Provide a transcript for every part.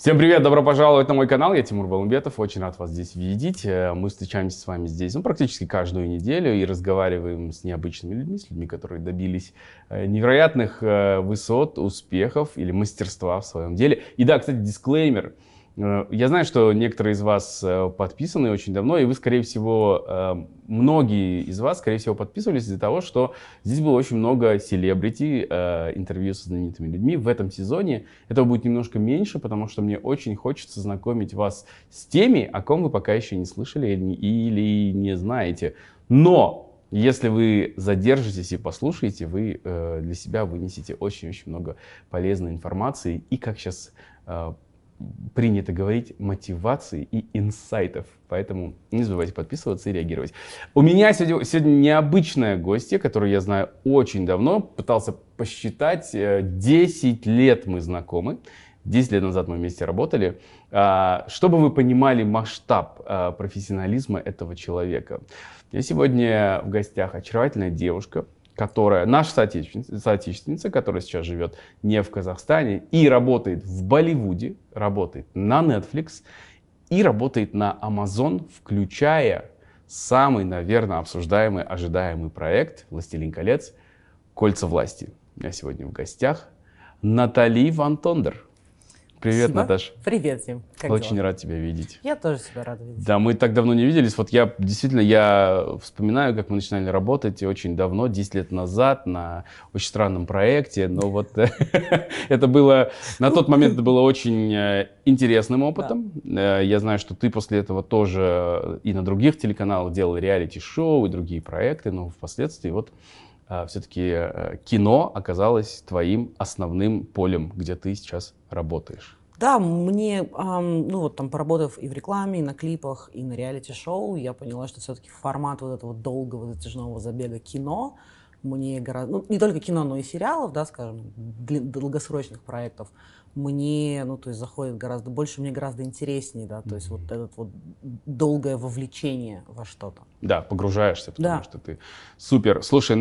Всем привет, добро пожаловать на мой канал, я Тимур Балымбетов, очень рад вас здесь видеть. Мы встречаемся с вами здесь практически каждую неделю и разговариваем с необычными людьми, с людьми, которые добились невероятных высот, успехов или мастерства в своем деле. И да, кстати, дисклеймер. Я знаю, что некоторые из вас подписаны очень давно, и вы, скорее всего, многие из вас, скорее всего, подписывались из-за того, что здесь было очень много селебрити, интервью со знаменитыми людьми. В этом сезоне этого будет немножко меньше, потому что мне очень хочется знакомить вас с теми, о ком вы пока еще не слышали или не знаете. Но если вы задержитесь и послушаете, вы для себя вынесете очень-очень много полезной информации и, как сейчас принято говорить, мотивации и инсайтов. Поэтому не забывайте подписываться и реагировать. У меня сегодня необычная гостья, которую я знаю очень давно. Пытался посчитать. 10 лет мы знакомы. 10 лет назад мы вместе работали. Чтобы вы понимали масштаб профессионализма этого человека. Я сегодня в гостях очаровательная девушка, которая наша соотечественница, которая сейчас живет не в Казахстане и работает в Болливуде, работает на Netflix и работает на Amazon, включая самый, наверное, обсуждаемый, ожидаемый проект «Властелин колец. Кольца власти». У меня сегодня в гостях Натали Ван Тондер. Привет, Спасибо. Наташ. Привет, Тим. Как Очень дела? рад тебя видеть. Я тоже тебя рада видеть. Да, мы так давно не виделись. Вот я вспоминаю, как мы начинали работать очень давно, 10 лет назад, на очень странном проекте. Но вот это было, на тот момент это было очень интересным опытом. Я знаю, что ты после этого тоже и на других телеканалах делал реалити-шоу и другие проекты, но впоследствии вот все-таки кино оказалось твоим основным полем, где ты сейчас работаешь. Да, мне, поработав и в рекламе, и на клипах, и на реалити-шоу, я поняла, что все-таки формат вот этого долгого затяжного забега кино мне гораздо, не только кино, но и сериалов, да, скажем, долгосрочных проектов, мне, заходит гораздо больше, мне гораздо интереснее, да, то есть вот это вот долгое вовлечение во что-то. Да, погружаешься, потому Да. что ты супер. Слушай,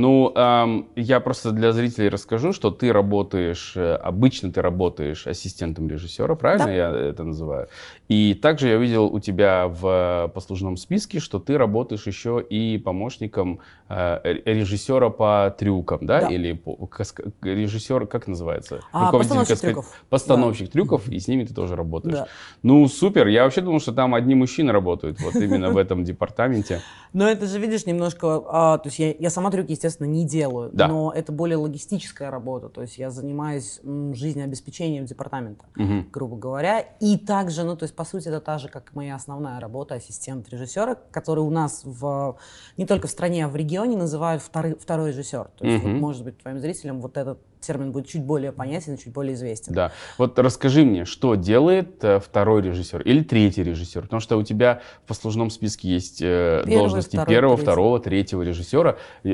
я просто для зрителей расскажу, что ты работаешь, обычно ты работаешь ассистентом режиссера, правильно Да. я это называю? И также я видел у тебя в послужном списке, что ты работаешь еще и помощником режиссера по трюкам, да? Да. Или режиссер, как называется? Постановщик трюков. Постановщик трюков, и с ними ты тоже работаешь. Да. Ну, супер. Я вообще думал, что там одни мужчины работают, вот именно в этом департаменте. Но это же, видишь, немножко, то есть я сама трюки, естественно, не делаю, Да. но это более логистическая работа, то есть я занимаюсь жизнеобеспечением департамента, грубо говоря, и также, то есть по сути это та же, как моя основная работа, ассистент режиссера, который у нас не только в стране, а в регионе называют второй режиссер, то есть вот, может быть, твоим зрителям вот этот термин будет чуть более понятен, чуть более известен. Да. Вот расскажи мне, что делает второй режиссер или третий режиссер? Потому что у тебя в послужном списке есть должности первого, второго, третьего режиссера.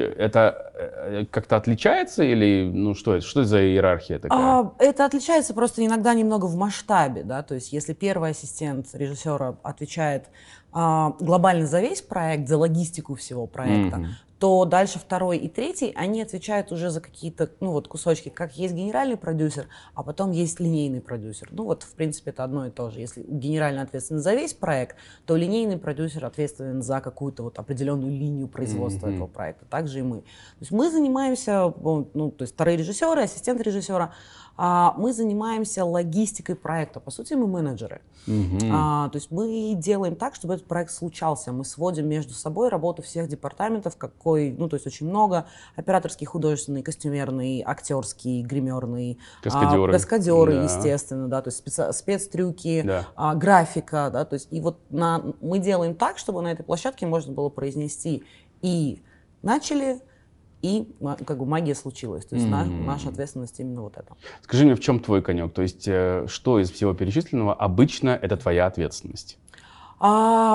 Это как-то отличается или что это за иерархия такая? Это отличается просто иногда немного в масштабе, да, то есть если первый ассистент режиссера отвечает глобально за весь проект, за логистику всего проекта, то дальше второй и третий, они отвечают уже за какие-то, кусочки, как есть генеральный продюсер, а потом есть линейный продюсер. В принципе, это одно и то же. Если генеральный ответственен за весь проект, то линейный продюсер ответственен за какую-то вот определенную линию производства этого проекта. Так же и мы. То есть мы занимаемся, то есть вторые режиссеры, ассистент режиссера, мы занимаемся логистикой проекта. По сути, мы менеджеры. То есть мы делаем так, чтобы этот проект случался. Мы сводим между собой работу всех департаментов, то есть очень много: операторский, художественный, костюмерный, актерский, гримерный, каскадеры, Да. естественно, да, то есть спецтрюки, Да. графика, да, то есть и вот мы делаем так, чтобы на этой площадке можно было произнести и начали, и как бы магия случилась. То есть наша ответственность именно вот это. Скажи мне, в чем твой конек? То есть что из всего перечисленного обычно это твоя ответственность?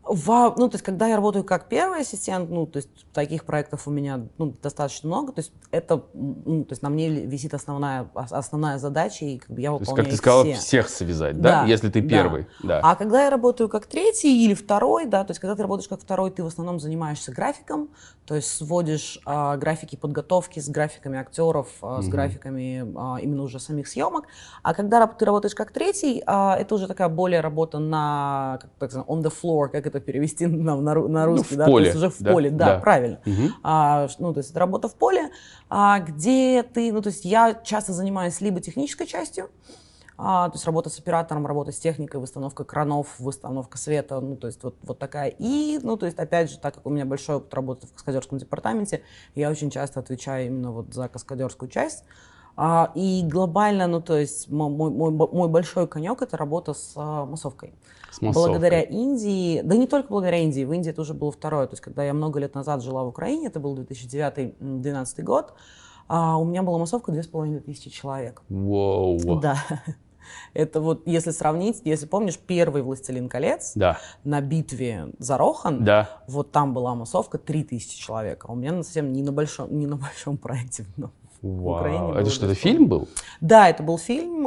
Ну, то есть, когда я работаю как первый ассистент, ну, то есть, таких проектов у меня достаточно много, то есть, это, ну, то есть, на мне висит основная задача, и как бы, я То есть, выполняю как ты сказала, все. всех связать, да? Да, Если ты первый, да. А когда я работаю как третий или второй, да, то есть, когда ты работаешь как второй, ты в основном занимаешься графиком, то есть, сводишь графики подготовки с графиками актеров, с графиками именно уже самих съемок, а когда ты работаешь как третий, это уже такая более работа на, как так сказать, on the floor, как это перевести на русский, В да, поле, то есть уже в поле, да, правильно. Ну, то есть это работа в поле, где ты, ну, то есть я часто занимаюсь либо технической частью, то есть работа с оператором, работа с техникой, выстановка кранов, выстановка света, ну, то есть вот такая. И, ну, то есть, опять же, так как у меня большой опыт работы в каскадерском департаменте, я очень часто отвечаю именно вот за каскадерскую часть. И глобально, ну, то есть мой большой конек — это работа с массовкой. Благодаря Индии, да не только благодаря Индии, в Индии это уже было второе. То есть когда я много лет назад жила в Украине, это был 2009-2012 год, у меня была массовка 2500 человек. Воу. Да. Это вот, если сравнить, если помнишь, первый «Властелин колец» на битве за Рохан, вот там была массовка 3000 человек, а у меня совсем не на большом проекте. В Украине. Это что, это фильм был? Да, это был фильм,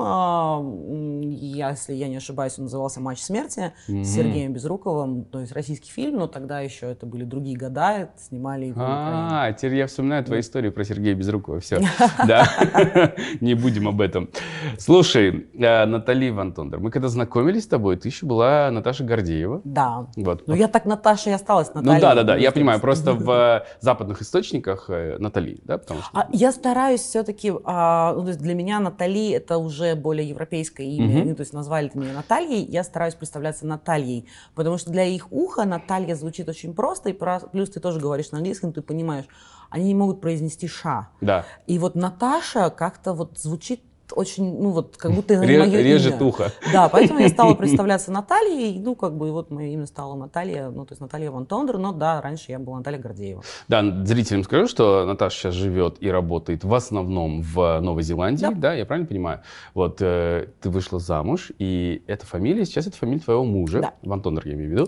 если я не ошибаюсь, он назывался «Матч смерти» с Сергеем Безруковым, то есть российский фильм, но тогда еще это были другие года, снимали его в Украине. Теперь я вспоминаю твою историю про Сергея Безрукова, все, да, не будем об этом. Слушай, Натали Ван Тондер, мы когда знакомились с тобой, ты еще была Наташа Гордеева. Да, вот. Ну я так Наташа и осталась Натальей. Ну да, я понимаю, просто в западных источниках Натали, да, потому что... Я стараюсь все-таки, то есть для меня Натали — это уже более европейское имя, то есть назвали меня Натальей, я стараюсь представляться Натальей, потому что для их уха Наталья звучит очень просто, и плюс ты тоже говоришь на английском, ты понимаешь, они не могут произнести «ша». Да. И вот Наташа как-то вот звучит очень, ну вот, как будто это мое режет имя. ухо. Да, поэтому я стала представляться Натальей, ну как бы, и вот мое имя стало Наталья, ну то есть Наталья Ван Тондер, но да, раньше я была Наталья Гордеева. Да, зрителям скажу, что Наташа сейчас живет и работает в основном в Новой Зеландии, да, я правильно понимаю? Вот, ты вышла замуж, и эта фамилия, сейчас это фамилия твоего мужа, Ван Тондер я имею в виду,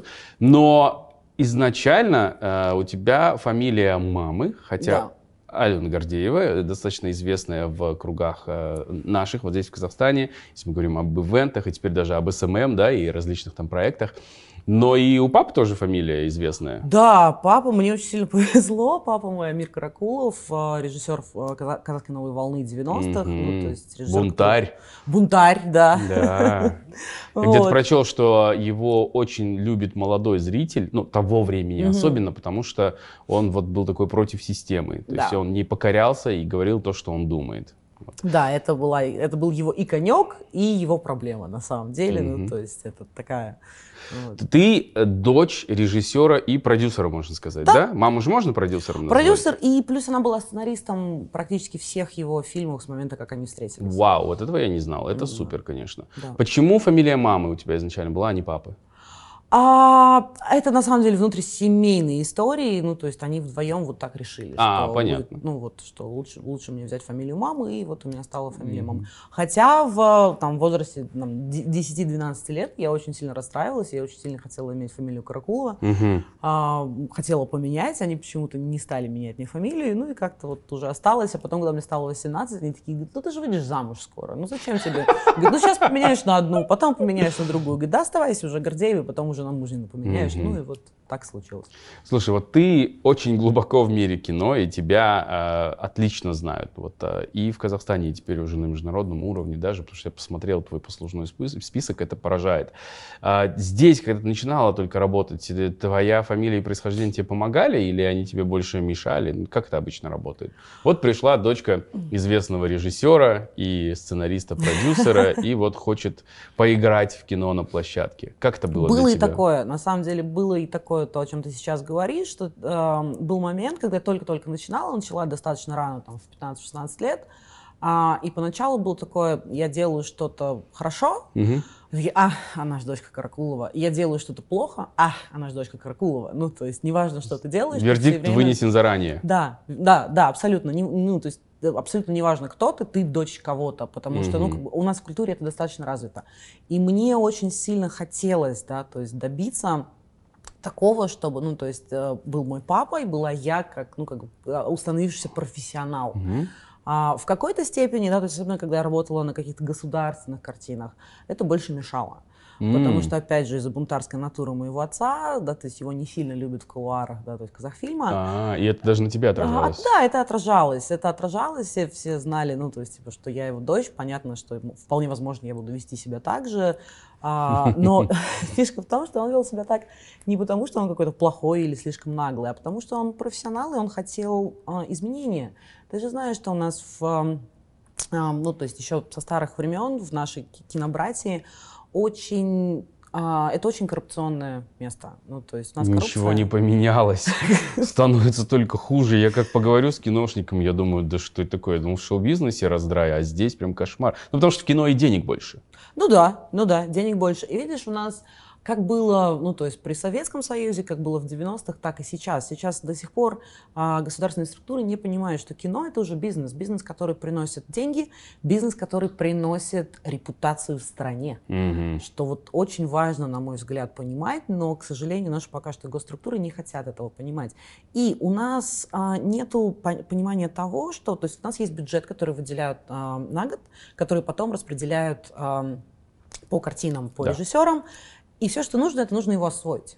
но изначально у тебя фамилия мамы, хотя... Алена Гордеева, достаточно известная в кругах наших, вот здесь в Казахстане, если мы говорим об ивентах и теперь даже об СММ, да, и различных там проектах. Но и у папы тоже фамилия известная. Да, папа, мне очень сильно повезло. Папа мой Амир Каракулов, режиссер «Казахской новой волны» 90-х. Ну, то есть режиссер, Бунтарь. Бунтарь, да. Да. Я где-то прочел, что его очень любит молодой зритель, ну, того времени особенно, потому что он вот был такой против системы. То есть он не покорялся и говорил то, что он думает. Вот. Да, это был его и конек, и его проблема на самом деле. Ну, то есть это такая... Вот. Ты дочь режиссера и продюсера, можно сказать, да? Маму же можно продюсером назвать? Продюсер, и плюс она была сценаристом практически всех его фильмов с момента, как они встретились. Вау, вот этого я не знал. Это супер, конечно. Да. Почему фамилия мамы у тебя изначально была, а не папы? Это на самом деле внутрисемейные истории, ну то есть они вдвоем вот так решили, что понятно. Ну вот что лучше мне взять фамилию мамы, и вот у меня стала фамилия мамы. Хотя в возрасте 10-12 лет я очень сильно расстраивалась, я очень сильно хотела иметь фамилию Каракулова, хотела поменять, они почему-то не стали менять мне фамилию, ну и как-то вот уже осталось, а потом, когда мне стало 18, они такие говорят, ну ты же выйдешь замуж скоро, ну зачем тебе? Говорят, ну сейчас поменяешь на одну, потом поменяешь на другую. Говорит, да оставайся уже Гордеевой, потом уже на мужнину поменяешь, ну и вот так случилось. Слушай, вот ты очень глубоко в мире кино, и тебя отлично знают. Вот, и в Казахстане, и теперь уже на международном уровне даже, потому что я посмотрел твой послужной список, это поражает. Здесь, когда ты начинала только работать, твоя фамилия и происхождение тебе помогали, или они тебе больше мешали? Как это обычно работает? Вот пришла дочка известного режиссера и сценариста-продюсера, и вот хочет поиграть в кино на площадке. Как это было? Было и такое, на самом деле было и такое, то, о чем ты сейчас говоришь, что был момент, когда я только-только начала достаточно рано, там, в 15-16 лет, и поначалу было такое, я делаю что-то хорошо, она же дочка Каракулова, я делаю что-то плохо, она же дочка Каракулова, ну, то есть неважно, что ты делаешь. Вердикт вынесен заранее. Да, абсолютно, ну, то есть абсолютно неважно, кто ты дочь кого-то, потому что у нас в культуре это достаточно развито. И мне очень сильно хотелось, да, то есть добиться такого, чтобы, ну, то есть был мой папа и была я, как, ну, как установившийся профессионал. В какой-то степени, да, то есть особенно когда я работала на каких-то государственных картинах, это больше мешало. Потому что, опять же, из-за бунтарской натуры моего отца, да, то есть его не сильно любят в кулуарах, да, то есть Казахфильма. И это даже на тебя отражалось? Да, это отражалось, все знали, ну, то есть, типа, что я его дочь, понятно, что вполне возможно, я буду вести себя так же, но фишка в том, что он вел себя так не потому, что он какой-то плохой или слишком наглый, а потому что он профессионал, и он хотел изменения. Ты же знаешь, что у нас ну, то есть еще со старых времен в нашей кинобратии это очень коррупционное место. Ну, то есть у нас ничего не поменялось. Становится только хуже. Я как поговорю с киношником, я думаю, да что это такое? Я думал, в шоу-бизнесе раздрай, а здесь прям кошмар. Ну, потому что в кино и денег больше. Ну да, денег больше. И видишь, у нас как было, ну, то есть при Советском Союзе, как было в 90-х, так и сейчас. Сейчас до сих пор государственные структуры не понимают, что кино — это уже бизнес. Бизнес, который приносит деньги, бизнес, который приносит репутацию в стране. Что вот очень важно, на мой взгляд, понимать, но, к сожалению, наши пока что госструктуры не хотят этого понимать. И у нас нету понимания того, что, то есть у нас есть бюджет, который выделяют на год, который потом распределяют по картинам, по режиссерам. И все, что нужно, это нужно его освоить.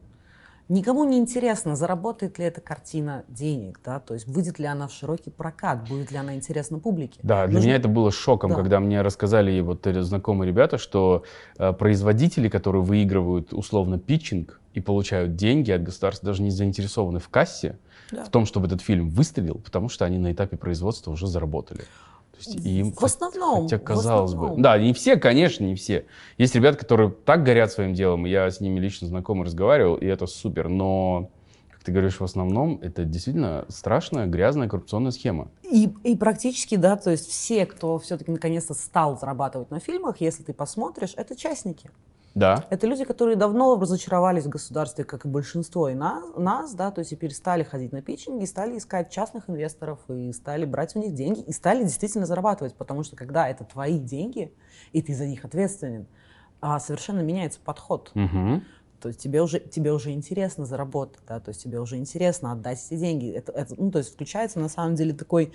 Никому не интересно, заработает ли эта картина денег, да, то есть выйдет ли она в широкий прокат, будет ли она интересна публике. Да, для меня это было шоком, когда мне рассказали вот знакомые ребята, что производители, которые выигрывают условно питчинг и получают деньги от государства, даже не заинтересованы в кассе, в том, чтобы этот фильм выстрелил, потому что они на этапе производства уже заработали. То есть им, в основном. Хотя, казалось бы. Да, не все, конечно, не все. Есть ребята, которые так горят своим делом, и я с ними лично знаком и разговаривал, и это супер. Но, как ты говоришь, в основном это действительно страшная, грязная коррупционная схема. И практически, да, то есть все, кто все-таки наконец-то стал зарабатывать на фильмах, если ты посмотришь, это частники. Да. Это люди, которые давно разочаровались в государстве, как и большинство и нас, да, то есть и перестали ходить на питчинги, стали искать частных инвесторов, и стали брать у них деньги, и стали действительно зарабатывать, потому что когда это твои деньги, и ты за них ответственен, совершенно меняется подход. То есть тебе уже интересно заработать, да, то есть тебе уже интересно отдать эти деньги. Ну, то есть включается на самом деле такой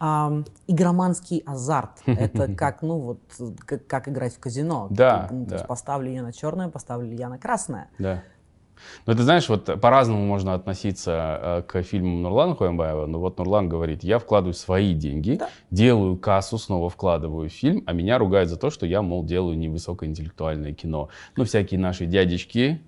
игроманский азарт. Это как, ну, вот, как играть в казино. Да, То есть поставлю я на черное, поставлю я на красное. Да. Но ты знаешь, вот по-разному можно относиться к фильмам Нурлана Куянбаева. Но вот Нурлан говорит, я вкладываю свои деньги, делаю кассу, снова вкладываю в фильм, а меня ругают за то, что я, мол, делаю невысокоинтеллектуальное кино. Ну, всякие наши дядечки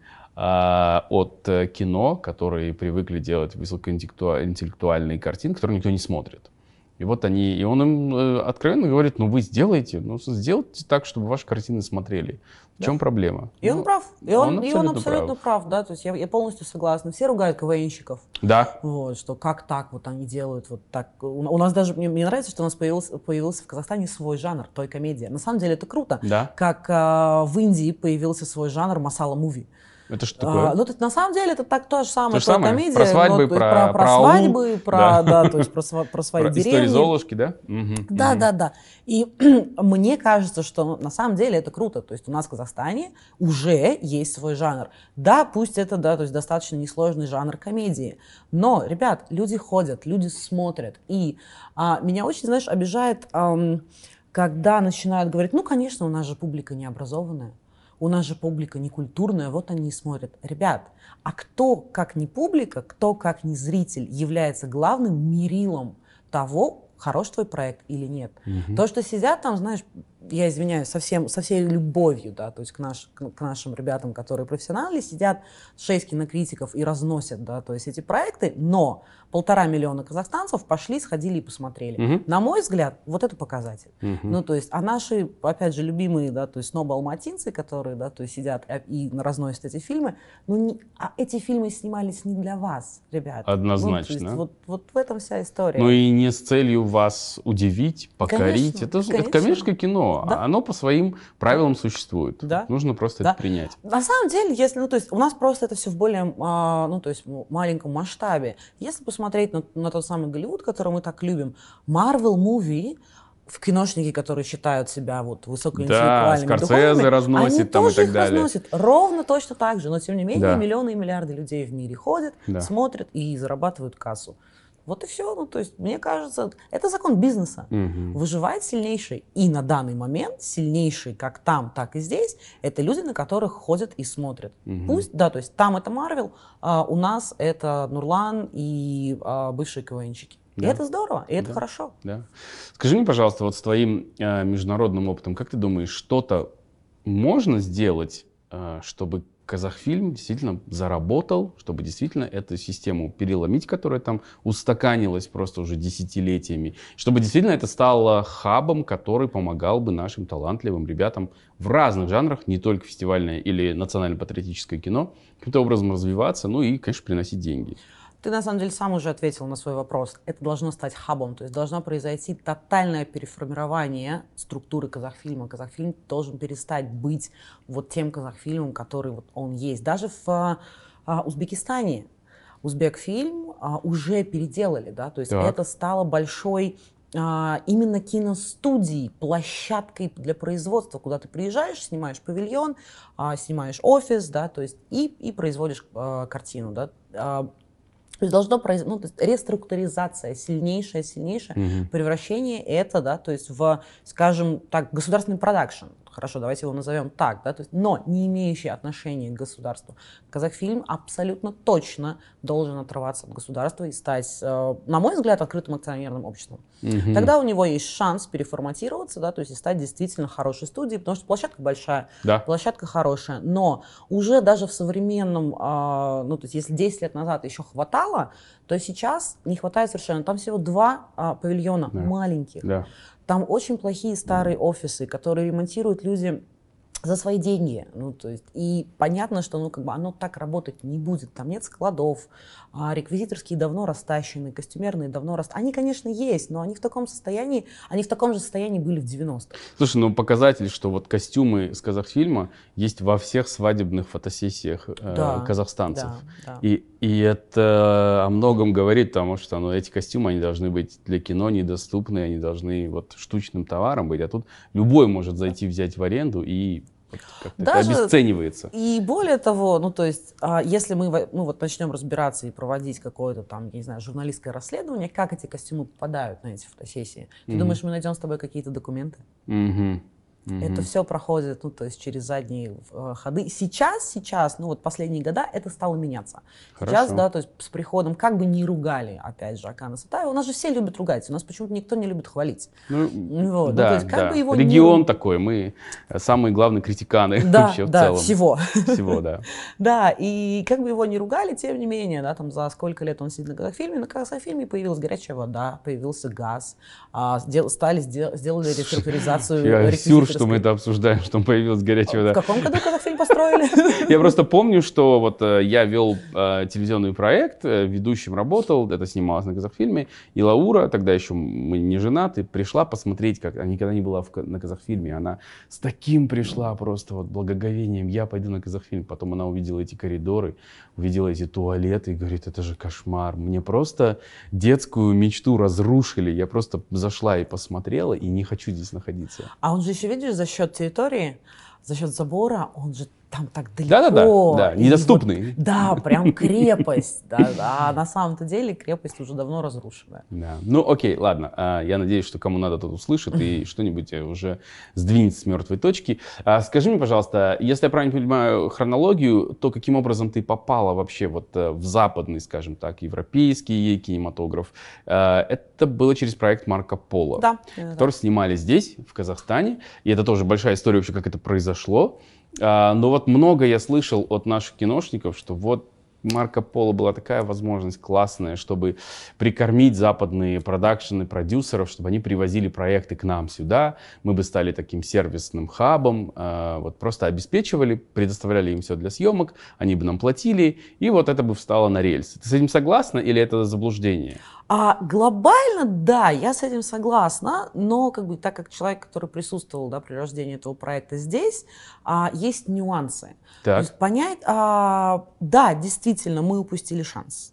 от кино, которые привыкли делать высокоинтеллектуальные картины, которые никто не смотрит. И вот он им откровенно говорит, ну вы сделайте так, чтобы ваши картины смотрели. В чем проблема? И он прав. И он абсолютно прав, да, то есть я полностью согласна. Все ругают КВНщиков. Да. Вот, что как так вот они делают вот так. У нас даже, мне нравится, что у нас появился в Казахстане свой жанр, той комедия. На самом деле это круто. Да. Как в Индии появился свой жанр масала-муви. Это что такое? Ну, на самом деле, это то же самое, то комедия. Про свадьбы, про свадьбы, то есть про свои про деревни. Истории Золушки, да? Да. И мне кажется, что на самом деле это круто. То есть у нас в Казахстане уже есть свой жанр. Да, пусть это, да, то есть достаточно несложный жанр комедии. Но, ребят, люди ходят, люди смотрят. И меня очень, знаешь, обижает, когда начинают говорить, ну, конечно, у нас же публика необразованная. У нас же публика не культурная, вот они и смотрят. Ребят, а кто, как не публика, кто, как не зритель, является главным мерилом того, хорош твой проект или нет? То, что сидят там, знаешь, я извиняюсь, со всей любовью, да, то есть к нашим ребятам, которые профессионалы, сидят 6 кинокритиков и разносят, да, то есть эти проекты, но 1,5 миллиона казахстанцев пошли, сходили и посмотрели. На мой взгляд, вот это показатель. Ну, то есть, а наши, опять же, любимые, да, то есть снобы-алматинцы, которые, да, то есть сидят и разносят эти фильмы, эти фильмы снимались не для вас, ребят. Однозначно. Ну, то есть, вот в этом вся история. Ну и не с целью вас удивить, покорить. Конечно, это коммерческое кино. Да. Оно по своим правилам существует. Да. Нужно просто это принять. На самом деле, если, то есть у нас просто это все в более, то есть маленьком масштабе. Если посмотреть на тот самый Голливуд, который мы так любим, Marvel Movie киношники, которые считают себя вот Да, высокоинтеллектуальными, Скорсезе духовными, разносит они там и тоже так их далее. разносят ровно точно так же. Но тем не менее Да. миллионы и миллиарды людей в мире ходят, Да. смотрят и зарабатывают кассу. Вот и все. Ну, то есть, мне кажется, это закон бизнеса. Выживает сильнейший. И на данный момент сильнейший как там, так и здесь, это люди, на которых ходят и смотрят. Пусть, да, то есть там это Марвел, у нас это Нурлан и бывшие КВНщики. И это здорово, и это хорошо. Да. Скажи мне, пожалуйста, вот с твоим международным опытом, как ты думаешь, что-то можно сделать, чтобы Казахфильм действительно заработал, чтобы действительно эту систему переломить, которая там устаканилась просто уже десятилетиями, чтобы действительно это стало хабом, который помогал бы нашим талантливым ребятам в разных жанрах, не только фестивальное или национально-патриотическое кино, каким-то образом развиваться, ну и, конечно, приносить деньги. Ты, на самом деле, сам уже ответил на свой вопрос. Это должно стать хабом, то есть должно произойти тотальное переформирование структуры Казахфильма. Казахфильм должен перестать быть вот тем Казахфильмом, который вот он есть. Даже в Узбекистане Узбекфильм уже переделали, да, то есть это стало большой именно киностудией, площадкой для производства, куда ты приезжаешь, снимаешь павильон, снимаешь офис, да, то есть и производишь картину, да. То есть должно произойти, ну, то есть реструктуризация, сильнейшее превращение это, да, то есть в, скажем так, государственный продакшн. Хорошо, давайте его назовем так, да, то есть, но не имеющий отношения к государству. Казахфильм абсолютно точно должен отрываться от государства и стать, на мой взгляд, открытым акционерным обществом. Тогда у него есть шанс переформатироваться, да, то есть и стать действительно хорошей студией, потому что площадка большая, площадка хорошая, но уже даже в современном, ну, то есть если 10 лет назад еще хватало, то сейчас не хватает совершенно. Там всего 2 павильона маленьких. Там очень плохие старые офисы, которые ремонтируют люди за свои деньги. Ну, то есть, и понятно, что ну, как бы оно так работать не будет. Там нет складов, реквизиторские давно растащены, костюмерные давно растащены. Они, конечно, есть, но они в таком состоянии, они в таком же состоянии были в 90-х. Слушай, ну показатель, что вот костюмы с Казахфильма есть во всех свадебных фотосессиях казахстанцев. И это о многом говорит, потому что ну, эти костюмы, они должны быть для кино недоступны, они должны вот штучным товаром быть, а тут любой может зайти, взять в аренду и как-то это обесценивается. И более того, ну то есть, если мы вот начнем разбираться и проводить какое-то там, я не знаю, журналистское расследование, как эти костюмы попадают на эти фотосессии, ты думаешь, мы найдем с тобой какие-то документы? Это все проходит, ну, то есть через задние ходы. Сейчас, ну, вот последние года это стало меняться. Сейчас, да, то есть с приходом, как бы не ругали, опять же, Акана Сатаева, у нас же все любят ругать, у нас почему-то никто не любит хвалить. Вот. Да, то есть, как бы его регион такой, мы самые главные критиканы вообще в целом. Всего, да. Да, и как бы его не ругали, тем не менее, да, там за сколько лет он сидит на Казахфильме появилась горячая вода, появился газ, сделали реструктуризацию. Что мы это обсуждаем, что появилась горячая вода. В каком году Казахфильм построили? Я просто помню, что вот я вел телевизионный проект, ведущим работал, это снималось на Казахфильме, и Лаура, тогда еще мы не женаты, пришла посмотреть, как она никогда не была на Казахфильме, она с таким пришла просто вот благоговением, я пойду на Казахфильм, потом она увидела эти коридоры, увидела эти туалеты и говорит, это же кошмар, мне просто детскую мечту разрушили, я просто зашла и посмотрела, и не хочу здесь находиться. А он же еще, видишь, за счет территории, за счет забора, он же там так далеко. Да, недоступный. Вот, да, прям крепость. А на самом-то деле крепость уже давно разрушена. Да. Ну окей, ладно. Я надеюсь, что кому надо, тот услышит и что-нибудь уже сдвинется с мертвой точки. Скажи мне, пожалуйста, если я правильно понимаю хронологию, то каким образом ты попала вообще вот в западный, скажем так, европейский кинематограф? Это было через проект Марко Поло, который снимали здесь, в Казахстане. И это тоже большая история вообще, как это произошло. Но вот много я слышал от наших киношников, что вот Марко Поло была такая возможность классная, чтобы прикормить западные продакшены, продюсеров, чтобы они привозили проекты к нам сюда. Мы бы стали таким сервисным хабом, вот просто обеспечивали, предоставляли им все для съемок, они бы нам платили, и вот это бы встало на рельсы. Ты с этим согласна или это заблуждение? Глобально, да, я с этим согласна, но как бы так как человек, который присутствовал, да, при рождении этого проекта здесь, есть нюансы. То есть понять, да, действительно, мы упустили шанс.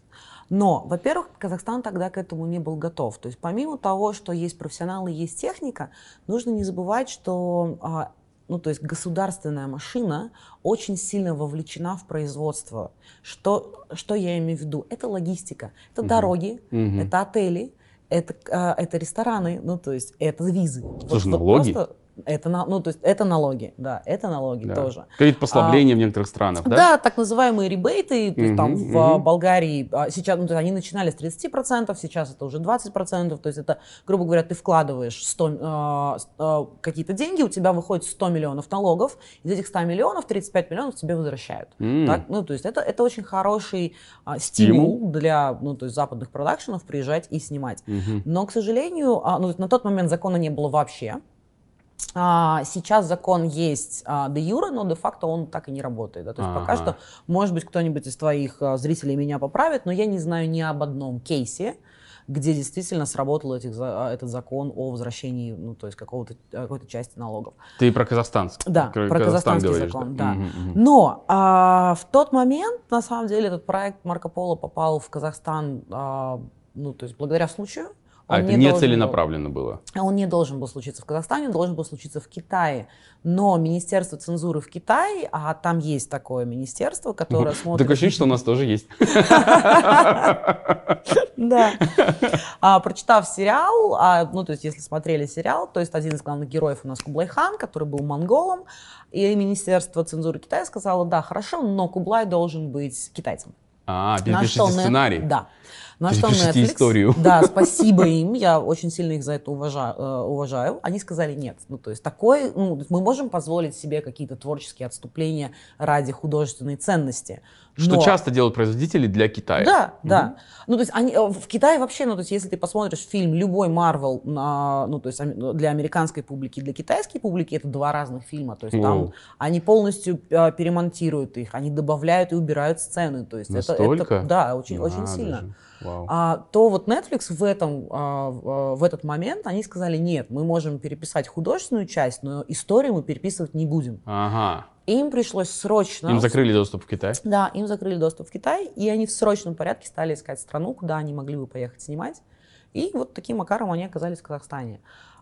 Но, во-первых, Казахстан тогда к этому не был готов. То есть помимо того, что есть профессионалы, есть техника, нужно не забывать, что ну, то есть государственная машина очень сильно вовлечена в производство. Что я имею в виду? Это логистика, это дороги, это отели, это рестораны, ну, то есть это визы. Слушай, налоги? Ну, то есть это налоги, да, это налоги тоже. Какие-то послабления в некоторых странах, да? Да, так называемые ребейты, то есть там в Болгарии сейчас, ну, то есть они начинали с 30%, сейчас это уже 20%, то есть это, грубо говоря, ты вкладываешь какие-то деньги, у тебя выходит 100 миллионов налогов, из этих 100 миллионов 35 миллионов тебе возвращают. Так? Ну, то есть это очень хороший стимул для, ну, то есть западных продакшенов приезжать и снимать. Но, к сожалению, ну, на тот момент закона не было вообще. Сейчас закон есть де юре, но де-факто он так и не работает. Да? То есть пока что, может быть, кто-нибудь из твоих зрителей меня поправит, но я не знаю ни об одном кейсе, где действительно сработал этот закон о возвращении, ну, то есть какой-то части налогов. Ты про казахстанский? Да, про казахстанский говоришь, закон, да. да. Но в тот момент, на самом деле, этот проект Марко Поло попал в Казахстан, ну, то есть благодаря случаю. Это не целенаправленно было? Он не должен был случиться в Казахстане, он должен был случиться в Китае. Но Министерство цензуры в Китае, а там есть такое министерство, которое смотрит... Такое ощущение, что у нас тоже есть. Да. Прочитав сериал, ну, то есть если смотрели сериал, то есть один из главных героев у нас Кублай-хан, который был монголом, и Министерство цензуры Китая сказало, да, хорошо, но Кублай должен быть китайцем. Перепишите сценарий. Да. На что Netflix, историю. Да, спасибо им, я очень сильно их за это уважаю. Они сказали нет. Ну, то есть такое, ну, мы можем позволить себе какие-то творческие отступления ради художественной ценности. Что часто делают производители для Китая. Да, да. Ну, то есть в Китае вообще, ну, то есть если ты посмотришь фильм любой Marvel, ну, то есть для американской публики и для китайской публики, это два разных фильма. То есть там они полностью перемонтируют их, они добавляют и убирают сцены. То есть это да, очень сильно. То вот Netflix в этот момент они сказали, нет, мы можем переписать художественную часть, но историю мы переписывать не будем. Им пришлось срочно... Им закрыли доступ в Китай? Да, им закрыли доступ в Китай, и они в срочном порядке стали искать страну, куда они могли бы поехать снимать. И вот таким макаром они оказались в Казахстане.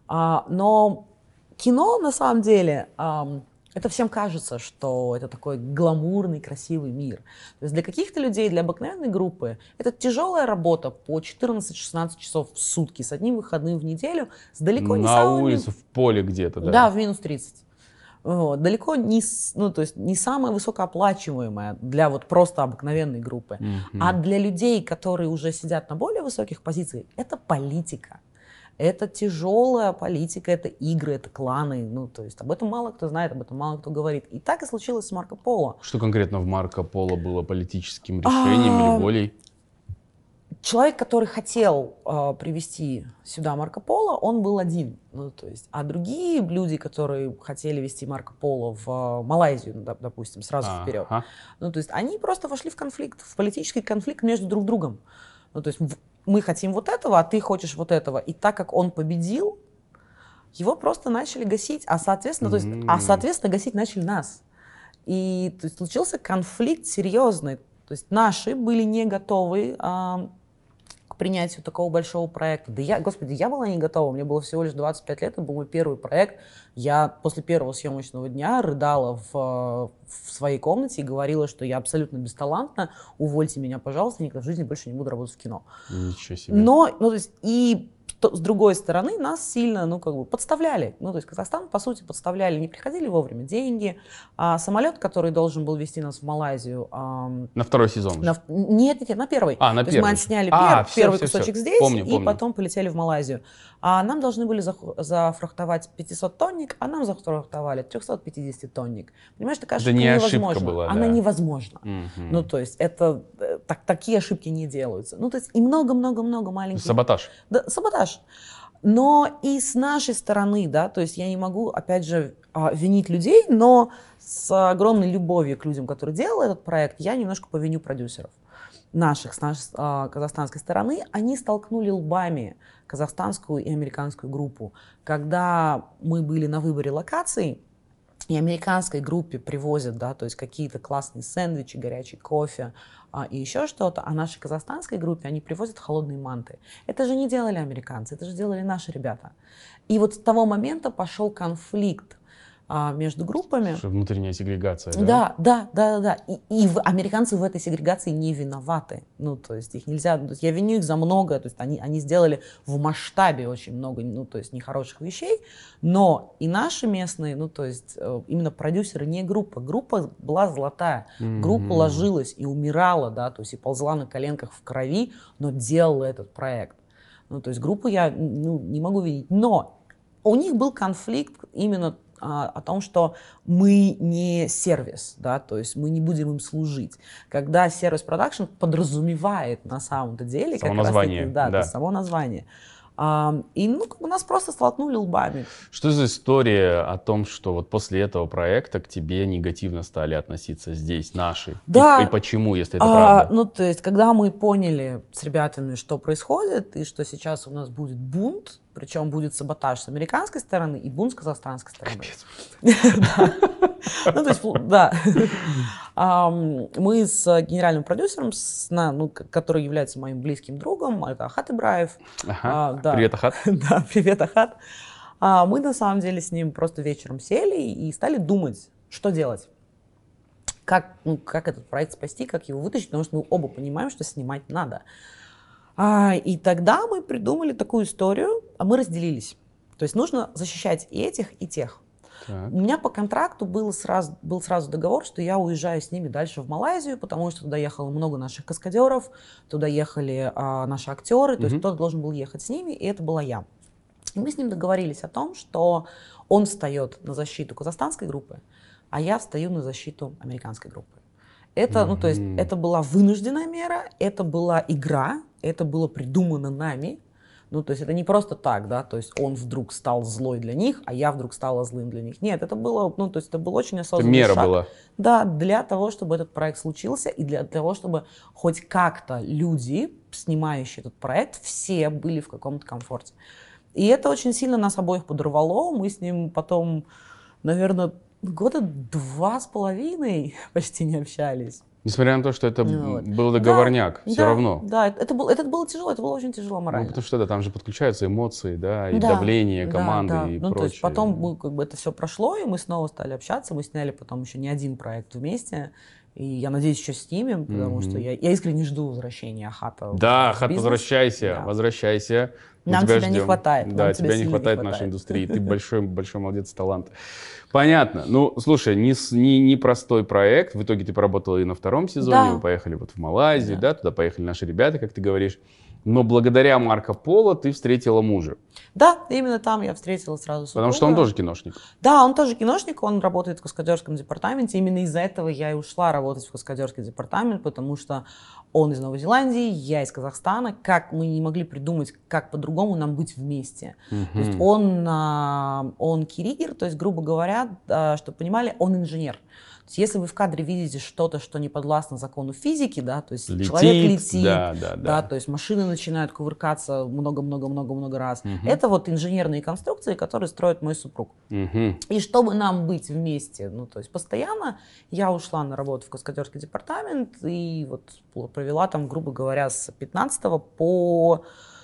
Но кино, на самом деле, это всем кажется, что это такой гламурный, красивый мир. То есть для каких-то людей, для обыкновенной группы, это тяжелая работа по 14-16 часов в сутки, с одним выходным в неделю, с далеко не самыми... На улице, в поле где-то, да? Да, в минус 30. Вот. Далеко не, ну, то есть не самая высокооплачиваемая для вот просто обыкновенной группы. А для людей, которые уже сидят на более высоких позициях, это политика. Это тяжелая политика, это игры, это кланы. Ну, то есть об этом мало кто знает, об этом мало кто говорит. И так и случилось с Марко Поло. Что конкретно в Марко Поло было политическим решением или волей? Человек, который хотел привести сюда Марко Поло, он был один. Ну, то есть, а другие люди, которые хотели вести Марко Поло в Малайзию, допустим, сразу вперед, ну, то есть они просто вошли в конфликт, в политический конфликт между друг другом. Ну, то есть мы хотим вот этого, а ты хочешь вот этого. И так как он победил, его просто начали гасить, соответственно, гасить начали нас. И то есть, случился конфликт серьезный. То есть наши были не готовы к принятию такого большого проекта. Да я была не готова, мне было всего лишь 25 лет, это был мой первый проект. Я после первого съемочного дня рыдала в своей комнате и говорила, что я абсолютно бесталантна, увольте меня, пожалуйста, никогда в жизни больше не буду работать в кино. Ничего себе. Но, ну, то есть, и с другой стороны, нас сильно, ну, как бы подставляли. Ну, то есть Казахстан, по сути, подставляли. Не приходили вовремя деньги. Самолет, который должен был везти нас в Малайзию... на второй сезон? Нет, на первый. На то первый. есть мы отсняли первый кусочек здесь, и потом полетели в Малайзию. Нам должны были зафрахтовать 500-тонник, а нам зафрахтовали 350-тонник. Понимаешь, такая ошибка невозможна. Была, она невозможна. Ну, то есть это такие ошибки не делаются. Ну, то есть и много-много-много маленьких... Саботаж. Да, саботаж. Но и с нашей стороны, да, то есть я не могу, опять же, винить людей, но с огромной любовью к людям, которые делали этот проект, я немножко повиню продюсеров наших, с нашей казахстанской стороны. Они столкнули лбами казахстанскую и американскую группу. Когда мы были на выборе локаций, и американской группе привозят, да, то есть какие-то классные сэндвичи, горячий кофе и еще что-то, а нашей казахстанской группе они привозят холодные манты. Это же не делали американцы, это же делали наши ребята. И вот с того момента пошел конфликт между группами. Внутренняя сегрегация, да? Да. И американцы в этой сегрегации не виноваты. Ну, то есть их нельзя... То есть я виню их за многое. То есть они сделали в масштабе очень много, ну, то есть нехороших вещей. Но и наши местные, ну, то есть именно продюсеры, не группа. Группа была золотая. Группа ложилась и умирала, да, то есть и ползла на коленках в крови, но делала этот проект. Ну, то есть группу я не могу видеть. Но у них был конфликт именно о том, что мы не сервис, да, то есть мы не будем им служить. Когда сервис-продакшн подразумевает на самом-то деле... Само название. Да, само название. И нас просто столкнули лбами. Что за история о том, что вот после этого проекта к тебе негативно стали относиться здесь наши? Да. И почему, если это правда? Ну, то есть, когда мы поняли с ребятами, что происходит, и что сейчас у нас будет бунт, причем будет саботаж с американской стороны и бунт с казахстанской стороны. Ну, то есть, да. Мы с генеральным продюсером, который является моим близким другом, это Ахат Ибраев. Привет, Ахат. Да, привет, Ахат. Мы на самом деле с ним просто вечером сели и стали думать, что делать. Как этот проект спасти, как его вытащить, потому что мы оба понимаем, что снимать надо. И тогда мы придумали такую историю, мы разделились. То есть нужно защищать и этих, и тех. Так. У меня по контракту был сразу договор, что я уезжаю с ними дальше в Малайзию, потому что туда ехало много наших каскадеров, туда ехали наши актеры, то есть кто-то должен был ехать с ними, и это была я. И мы с ним договорились о том, что он встает на защиту казахстанской группы, а я встаю на защиту американской группы. Это, то есть, это была вынужденная мера, это была игра, это было придумано нами. Ну, то есть это не просто так, да, то есть он вдруг стал злой для них, а я вдруг стала злым для них. Нет, это было, то есть это был очень осознанный шаг. Это мера была. Да, для того, чтобы этот проект случился и для того, чтобы хоть как-то люди, снимающие этот проект, все были в каком-то комфорте. И это очень сильно нас обоих подорвало. Мы с ним потом, наверное, года 2,5 почти не общались. Несмотря на то, что это был договорняк, все равно. Да, это было тяжело, это было очень тяжело морально. Потому что там же подключаются эмоции, да, и давление команды и прочее. То есть потом это все прошло, и мы снова стали общаться, мы сняли потом еще не один проект вместе. И я надеюсь, еще снимем, потому что я искренне жду возвращения Ахата. Да, Ахат, возвращайся, возвращайся. Нам тебя не хватает. Да, тебя не хватает в нашей индустрии. Ты большой молодец, талант. Понятно. Ну, слушай, не простой проект. В итоге ты поработала и на втором сезоне. Вы поехали вот в Малайзию, да, туда поехали наши ребята, как ты говоришь. Но благодаря Марко Поло ты встретила мужа. Да, именно там я встретила сразу супруга. Потому что он тоже киношник. Да, он тоже киношник, он работает в каскадерском департаменте. Именно из-за этого я и ушла работать в каскадерский департамент, потому что он из Новой Зеландии, я из Казахстана. Как мы не могли придумать, как по-другому нам быть вместе. То есть он киригер, то есть, грубо говоря, чтобы понимали, он инженер. То есть, если вы в кадре видите что-то, что не подвластно закону физики, да, то есть человек летит, да, то есть машины начинают кувыркаться много-много раз. Это вот инженерные конструкции, которые строит мой супруг. И чтобы нам быть вместе, то есть постоянно, я ушла на работу в каскадерский департамент и вот провела там, грубо говоря, с 15 по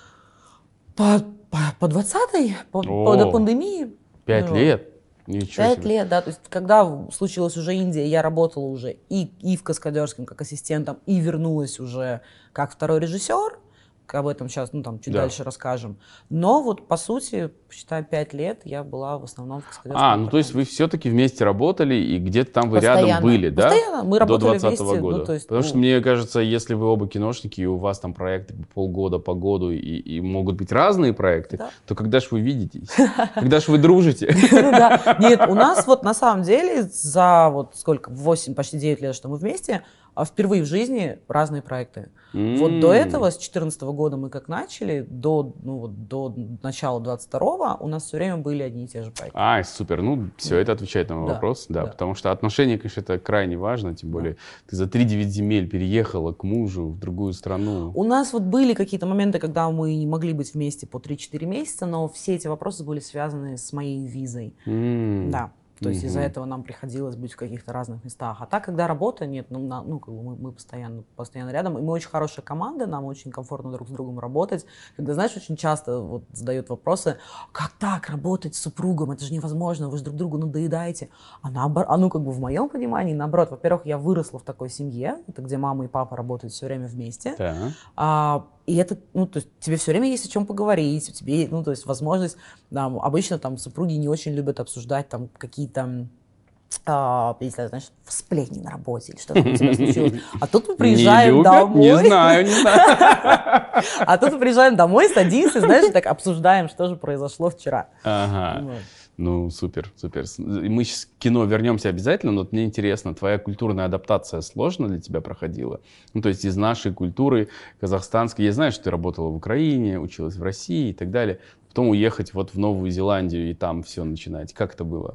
20-й, до пандемии. 5 лет? Ничего 5 себе. лет, да, то есть когда случилась уже Индия, я работала уже и в каскадерском как ассистентом, и вернулась уже как второй режиссер, об этом сейчас, чуть дальше расскажем. Но вот по сути, считай, 5 лет я была в основном в каскадерском. То есть вы все-таки вместе работали, и где-то там вы рядом были, да? Постоянно, мы работали до 2020 года. То есть, потому что мне кажется, если вы оба киношники, и у вас там проекты полгода по году, и могут быть разные проекты, то когда ж вы видитесь? Когда ж вы дружите? Нет, у нас вот на самом деле за вот сколько, 8, почти 9 лет, что мы вместе, впервые в жизни разные проекты. Вот до этого, с 2014 года мы как начали, до начала 22-го у нас все время были одни и те же проекты. Супер. Все, это отвечает на мой вопрос. Да, потому что отношения, конечно, это крайне важно, тем более ты за 3-9 земель переехала к мужу в другую страну. У нас вот были какие-то моменты, когда мы не могли быть вместе по 3-4 месяца, но все эти вопросы были связаны с моей визой. Да. То есть из-за этого нам приходилось быть в каких-то разных местах. А так, когда работа, нет, ну как бы мы постоянно рядом. И мы очень хорошая команда, нам очень комфортно друг с другом работать. Когда, знаешь, очень часто вот задают вопросы, как так работать с супругом, это же невозможно, вы же друг другу надоедаете. Ну как бы в моем понимании, наоборот, во-первых, я выросла в такой семье, это где мама и папа работают все время вместе. И это, ну, то есть тебе все время есть о чем поговорить, у тебя, ну, то есть возможность, обычно там супруги не очень любят обсуждать там какие-то, если, знаешь, сплетни на работе или что-то у тебя случилось. А тут мы приезжаем домой. Не знаю. А тут мы приезжаем домой, садимся, знаешь, так обсуждаем, что же произошло вчера. Ага. Ну, супер. Мы сейчас к кино вернемся обязательно, но мне интересно, твоя культурная адаптация сложно для тебя проходила? Ну, то есть из нашей культуры казахстанской, я знаю, что ты работала в Украине, училась в России и так далее, потом уехать вот в Новую Зеландию и там все начинать. Как это было?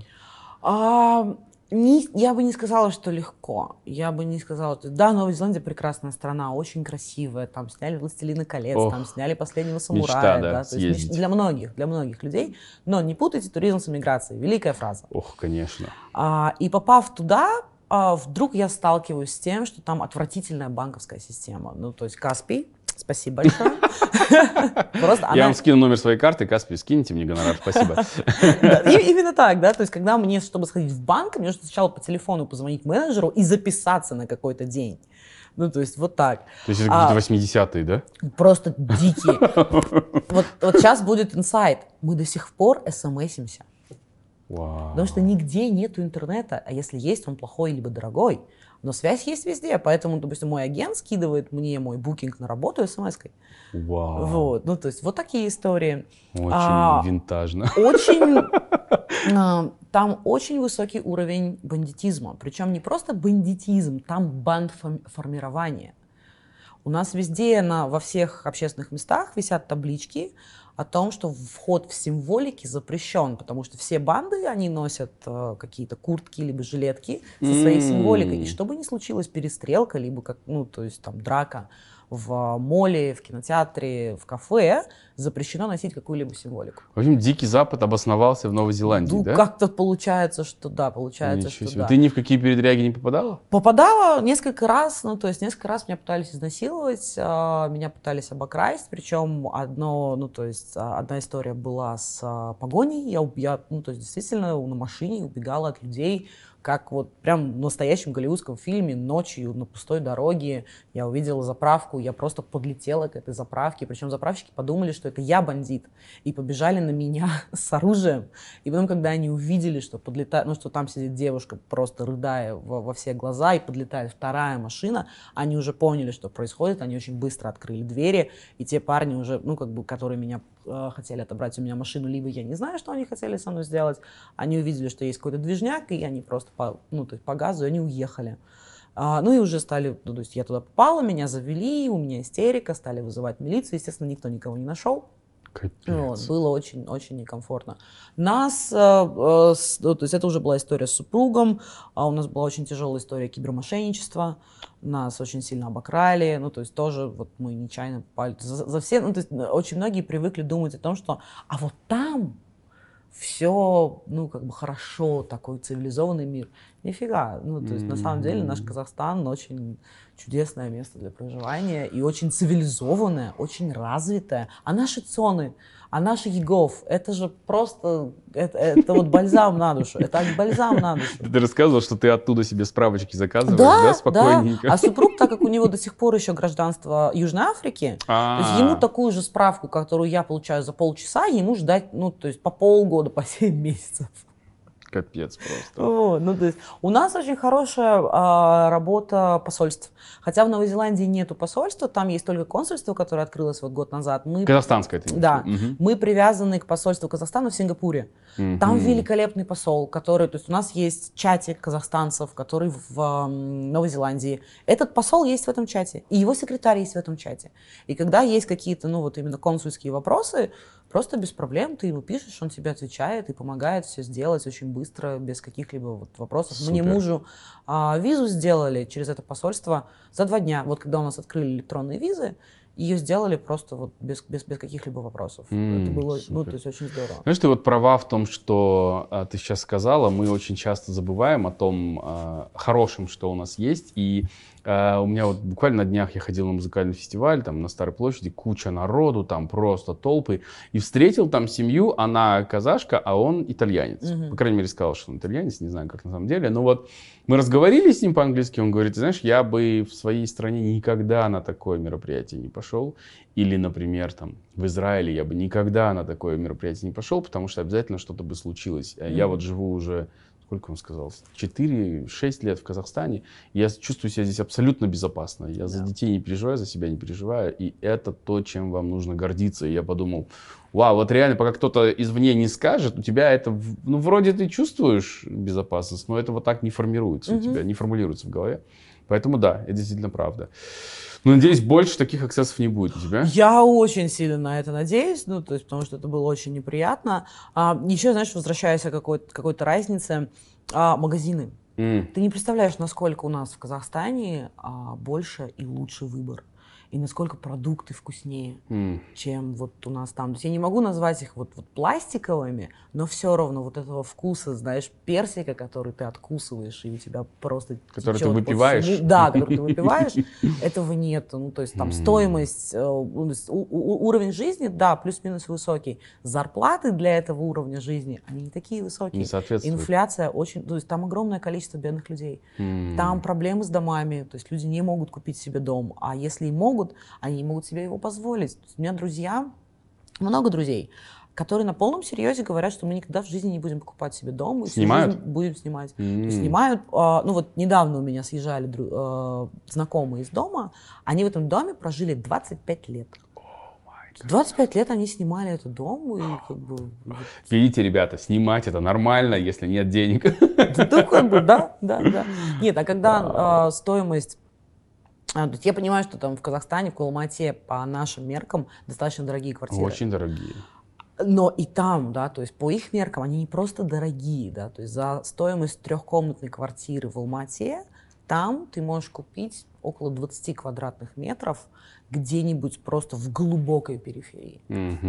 Я бы не сказала, что легко. Я бы не сказала, что... Да, Новая Зеландия прекрасная страна, очень красивая. Там сняли «Властелина колец», там сняли «Последнего самурая». Мечта, да, то есть для многих людей. Но не путайте туризм с эмиграцией. Великая фраза. Ох, конечно. И попав туда, вдруг я сталкиваюсь с тем, что там отвратительная банковская система. Ну, то есть Каспий. Спасибо большое. Я вам скину номер своей карты, Каспий, скиньте мне гонорар, спасибо. Именно так, да, то есть когда мне, чтобы сходить в банк, мне нужно сначала по телефону позвонить менеджеру и записаться на какой-то день. Ну, то есть вот так. То есть это какие-то 80-е, да? Просто дикие. Вот сейчас будет инсайт. Мы до сих пор смс-имся. Потому что нигде нету интернета, а если есть, он плохой либо дорогой. Но связь есть везде, поэтому, допустим, мой агент скидывает мне мой букинг на работу смс-кой. Вот, ну, то есть вот такие истории. Очень винтажно. Там очень высокий уровень бандитизма. Причем не просто бандитизм, там бандформирование. У нас везде, во всех общественных местах висят таблички о том, что вход в символики запрещен, потому что все банды, они носят какие-то куртки либо жилетки со своей символикой. И чтобы не случилась перестрелка, либо то есть там драка в моле, в кинотеатре, в кафе, запрещено носить какую-либо символику. В общем, Дикий Запад обосновался в Новой Зеландии, да? Как-то получается, что да, получается, что да. Ты ни в какие передряги не попадала? Попадала несколько раз, несколько раз меня пытались изнасиловать, меня пытались обокрасть, причем одна история была с погоней, я действительно на машине убегала от людей, как вот прям в настоящем голливудском фильме, ночью на пустой дороге я увидела заправку, я просто подлетела к этой заправке, причем заправщики подумали, что это я бандит, и побежали на меня с оружием, и потом, когда они увидели, что что там сидит девушка, просто рыдая во все глаза, и подлетает вторая машина, они уже поняли, что происходит, они очень быстро открыли двери, и те парни уже, которые меня хотели отобрать у меня машину, либо я не знаю, что они хотели со мной сделать, они увидели, что есть какой-то движняк, и они просто по газу, и они уехали. И уже стали, то есть я туда попала, меня завели, у меня истерика, стали вызывать милицию, естественно, никто никого не нашел. Было очень некомфортно. То есть это уже была история с супругом, у нас была очень тяжелая история кибермошенничества, нас очень сильно обокрали, то есть тоже вот мы нечаянно попали. То есть очень многие привыкли думать о том, что вот там все, хорошо, такой цивилизованный мир. Нифига. То есть на самом деле наш Казахстан очень чудесное место для проживания и очень цивилизованное, очень развитое. А наши цоны, наши егов, это же просто, это вот бальзам на душу, это бальзам на душу. Ты рассказывал, что ты оттуда себе справочки заказываешь, да, спокойненько? Да. А супруг, так как у него до сих пор еще гражданство Южной Африки, то есть ему такую же справку, которую я получаю за полчаса, ему ждать, то есть по полгода, по 7 месяцев. Капец просто. То есть у нас очень хорошая работа посольств. Хотя в Новой Зеландии нету посольства, там есть только консульство, которое открылось год назад. Казахстанское ты имеешь? Да. Мы привязаны к посольству Казахстана в Сингапуре. Там великолепный посол, то есть у нас есть чатик казахстанцев, который в Новой Зеландии. Этот посол есть в этом чате, и его секретарь есть в этом чате. И когда есть какие-то, именно консульские вопросы, просто без проблем ты ему пишешь, он тебе отвечает и помогает все сделать очень быстро, без каких-либо вопросов. Супер. Мне мужу визу сделали через это посольство за 2 дня. Вот когда у нас открыли электронные визы, ее сделали просто вот без каких-либо вопросов. Это было, ну, то есть очень здорово. Знаешь, ты вот права в том, что ты сейчас сказала, мы очень часто забываем о том хорошем, что у нас есть. И у меня вот буквально на днях я ходил на музыкальный фестиваль, там на Старой площади, куча народу, там просто толпы. И встретил там семью, она казашка, а он итальянец. По крайней мере, сказал, что он итальянец, не знаю, как на самом деле. Но вот мы разговаривали с ним по-английски, он говорит, ты знаешь, я бы в своей стране никогда на такое мероприятие не пошел. Или, например, там в Израиле я бы никогда на такое мероприятие не пошел, потому что обязательно что-то бы случилось. Я вот живу уже, сколько он сказал, 4-6 лет в Казахстане. Я чувствую себя здесь абсолютно безопасно. Я за детей не переживаю, за себя не переживаю. И это то, чем вам нужно гордиться. И я подумал, вау, вот реально, пока кто-то извне не скажет, у тебя это, ну, вроде ты чувствуешь безопасность, но это вот так не формируется у тебя, не формулируется в голове. Поэтому да, это действительно правда. Но, надеюсь, больше таких акцессов не будет у тебя. Я очень сильно на это надеюсь, ну, то есть, потому что это было очень неприятно. Еще, знаешь, возвращаясь к какой-то разнице, магазины. Ты не представляешь, насколько у нас в Казахстане больше и лучше выбор. И насколько продукты вкуснее, чем вот у нас там. То есть я не могу назвать их вот пластиковыми, но все равно вот этого вкуса, знаешь, персика, который ты откусываешь, и у тебя просто который ты выпиваешь. Да, который ты выпиваешь, этого нет. Ну, то есть там стоимость, уровень жизни, да, плюс-минус высокий. Зарплаты для этого уровня жизни, они не такие высокие. Не соответствует. Инфляция очень... То есть там огромное количество бедных людей. Там проблемы с домами, то есть люди не могут купить себе дом. А если и могут, они не могут себе его позволить. У меня друзья, много друзей, которые на полном серьезе говорят, что мы никогда в жизни не будем покупать себе дом. И снимают? Всю жизнь будем снимать. То есть снимают. Ну вот недавно у меня съезжали знакомые из дома. Они в этом доме прожили 25 лет. 25 лет они снимали этот дом. И как бы... Видите, ребята, снимать это нормально, если нет денег. Да. Нет, а когда стоимость... Я понимаю, что там в Казахстане, в Алмате по нашим меркам достаточно дорогие квартиры. Очень дорогие. Но и там, да, то есть по их меркам они не просто дорогие, да, то есть за стоимость трехкомнатной квартиры в Алмате там ты можешь купить около 20 квадратных метров где-нибудь просто в глубокой периферии.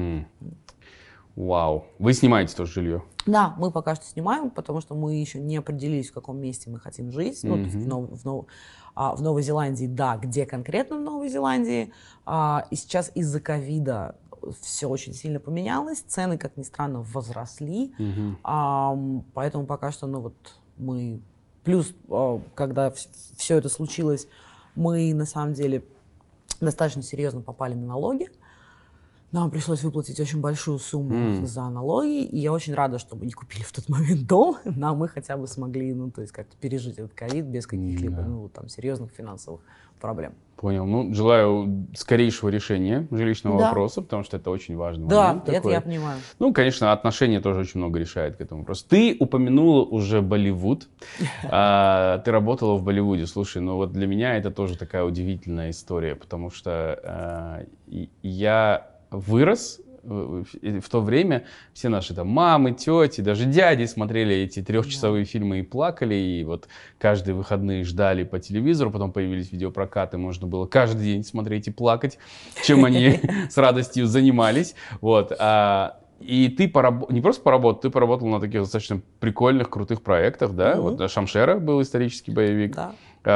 Вау. Вы снимаете тоже жилье? Да, мы пока что снимаем, потому что мы еще не определились, в каком месте мы хотим жить. Ну, то есть в Новой Зеландии, да, где конкретно в Новой Зеландии. И сейчас из-за ковида все очень сильно поменялось, цены, как ни странно, возросли. Поэтому пока что, ну вот мы... Плюс, когда все это случилось, мы на самом деле достаточно серьезно попали на налоги. Нам пришлось выплатить очень большую сумму за налоги, и я очень рада, что мы не купили в тот момент дом, но мы хотя бы смогли, ну, то есть как-то пережить этот ковид без каких-либо, ну, там, серьезных финансовых проблем. Понял. Ну, желаю скорейшего решения жилищного вопроса, потому что это очень важный момент. Да, это я понимаю. Ну, конечно, отношения тоже очень много решают к этому вопросу. Ты упомянула уже Болливуд. Ты работала в Болливуде. Слушай, ну вот для меня это тоже такая удивительная история, потому что я вырос в то время, все наши там мамы, тети, даже дяди смотрели эти трехчасовые фильмы и плакали, и вот каждые выходные ждали по телевизору, потом появились видеопрокаты, можно было каждый день смотреть и плакать, чем они с радостью занимались, вот. И ты не просто поработал, ты поработал на таких достаточно прикольных, крутых проектах, да? Вот «Шамшера» был исторический боевик. Да.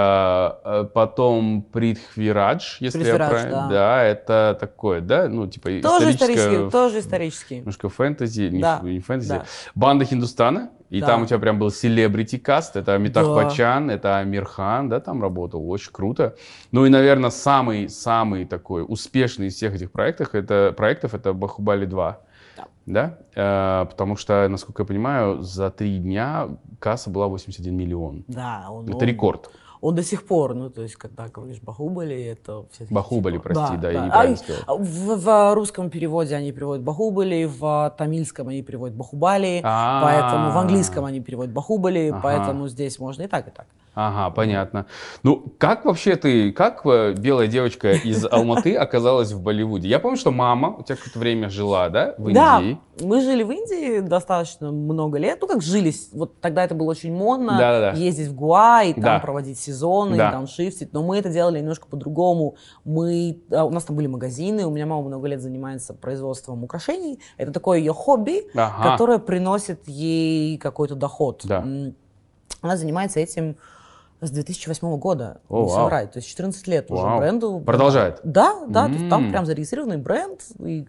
Потом Притхвирадж, если я правильно... Да, это такое, да? Ну, типа тоже исторический. Немножко фэнтези, не фэнтези. Да. «Банда Хиндустана». И там у тебя прям был селебрити каст. Это Амитаб Баччан, это Амир Хан, да, там работал. Очень круто. Ну и, наверное, самый такой успешный из всех этих проектов это «Бахубали 2». Да? Потому что, насколько я понимаю, за 3 дня касса была 81 миллион. Да, это рекорд. Он до сих пор, ну, то есть, когда говоришь Бахубали, это все таки... Бахубали, прости, да, я неправильно сказал. В русском переводе они переводят Бахубали, в тамильском они переводят Бахубали, поэтому в английском они переводят Бахубали, поэтому здесь можно и так, и так. Ага, понятно. Ну, как вообще как белая девочка из Алматы оказалась в Болливуде? Я помню, что мама у тебя какое-то время жила, да, в Да, Индии? мы жили в Индии достаточно много лет. Ну, как жили, вот тогда это было очень модно, Да-да-да. ездить в Гоа и там Да, проводить сезоны, и да. дауншифтить. Но мы это делали немножко по-другому. У нас там были магазины, у меня мама много лет занимается производством украшений. Это такое ее хобби, Ага, которое приносит ей какой-то доход. да. Она занимается этим с 2008 года, О, не вау, соврать. То есть 14 лет уже вау. бренду. Продолжает? Да, да, то есть там М. прям зарегистрированный бренд.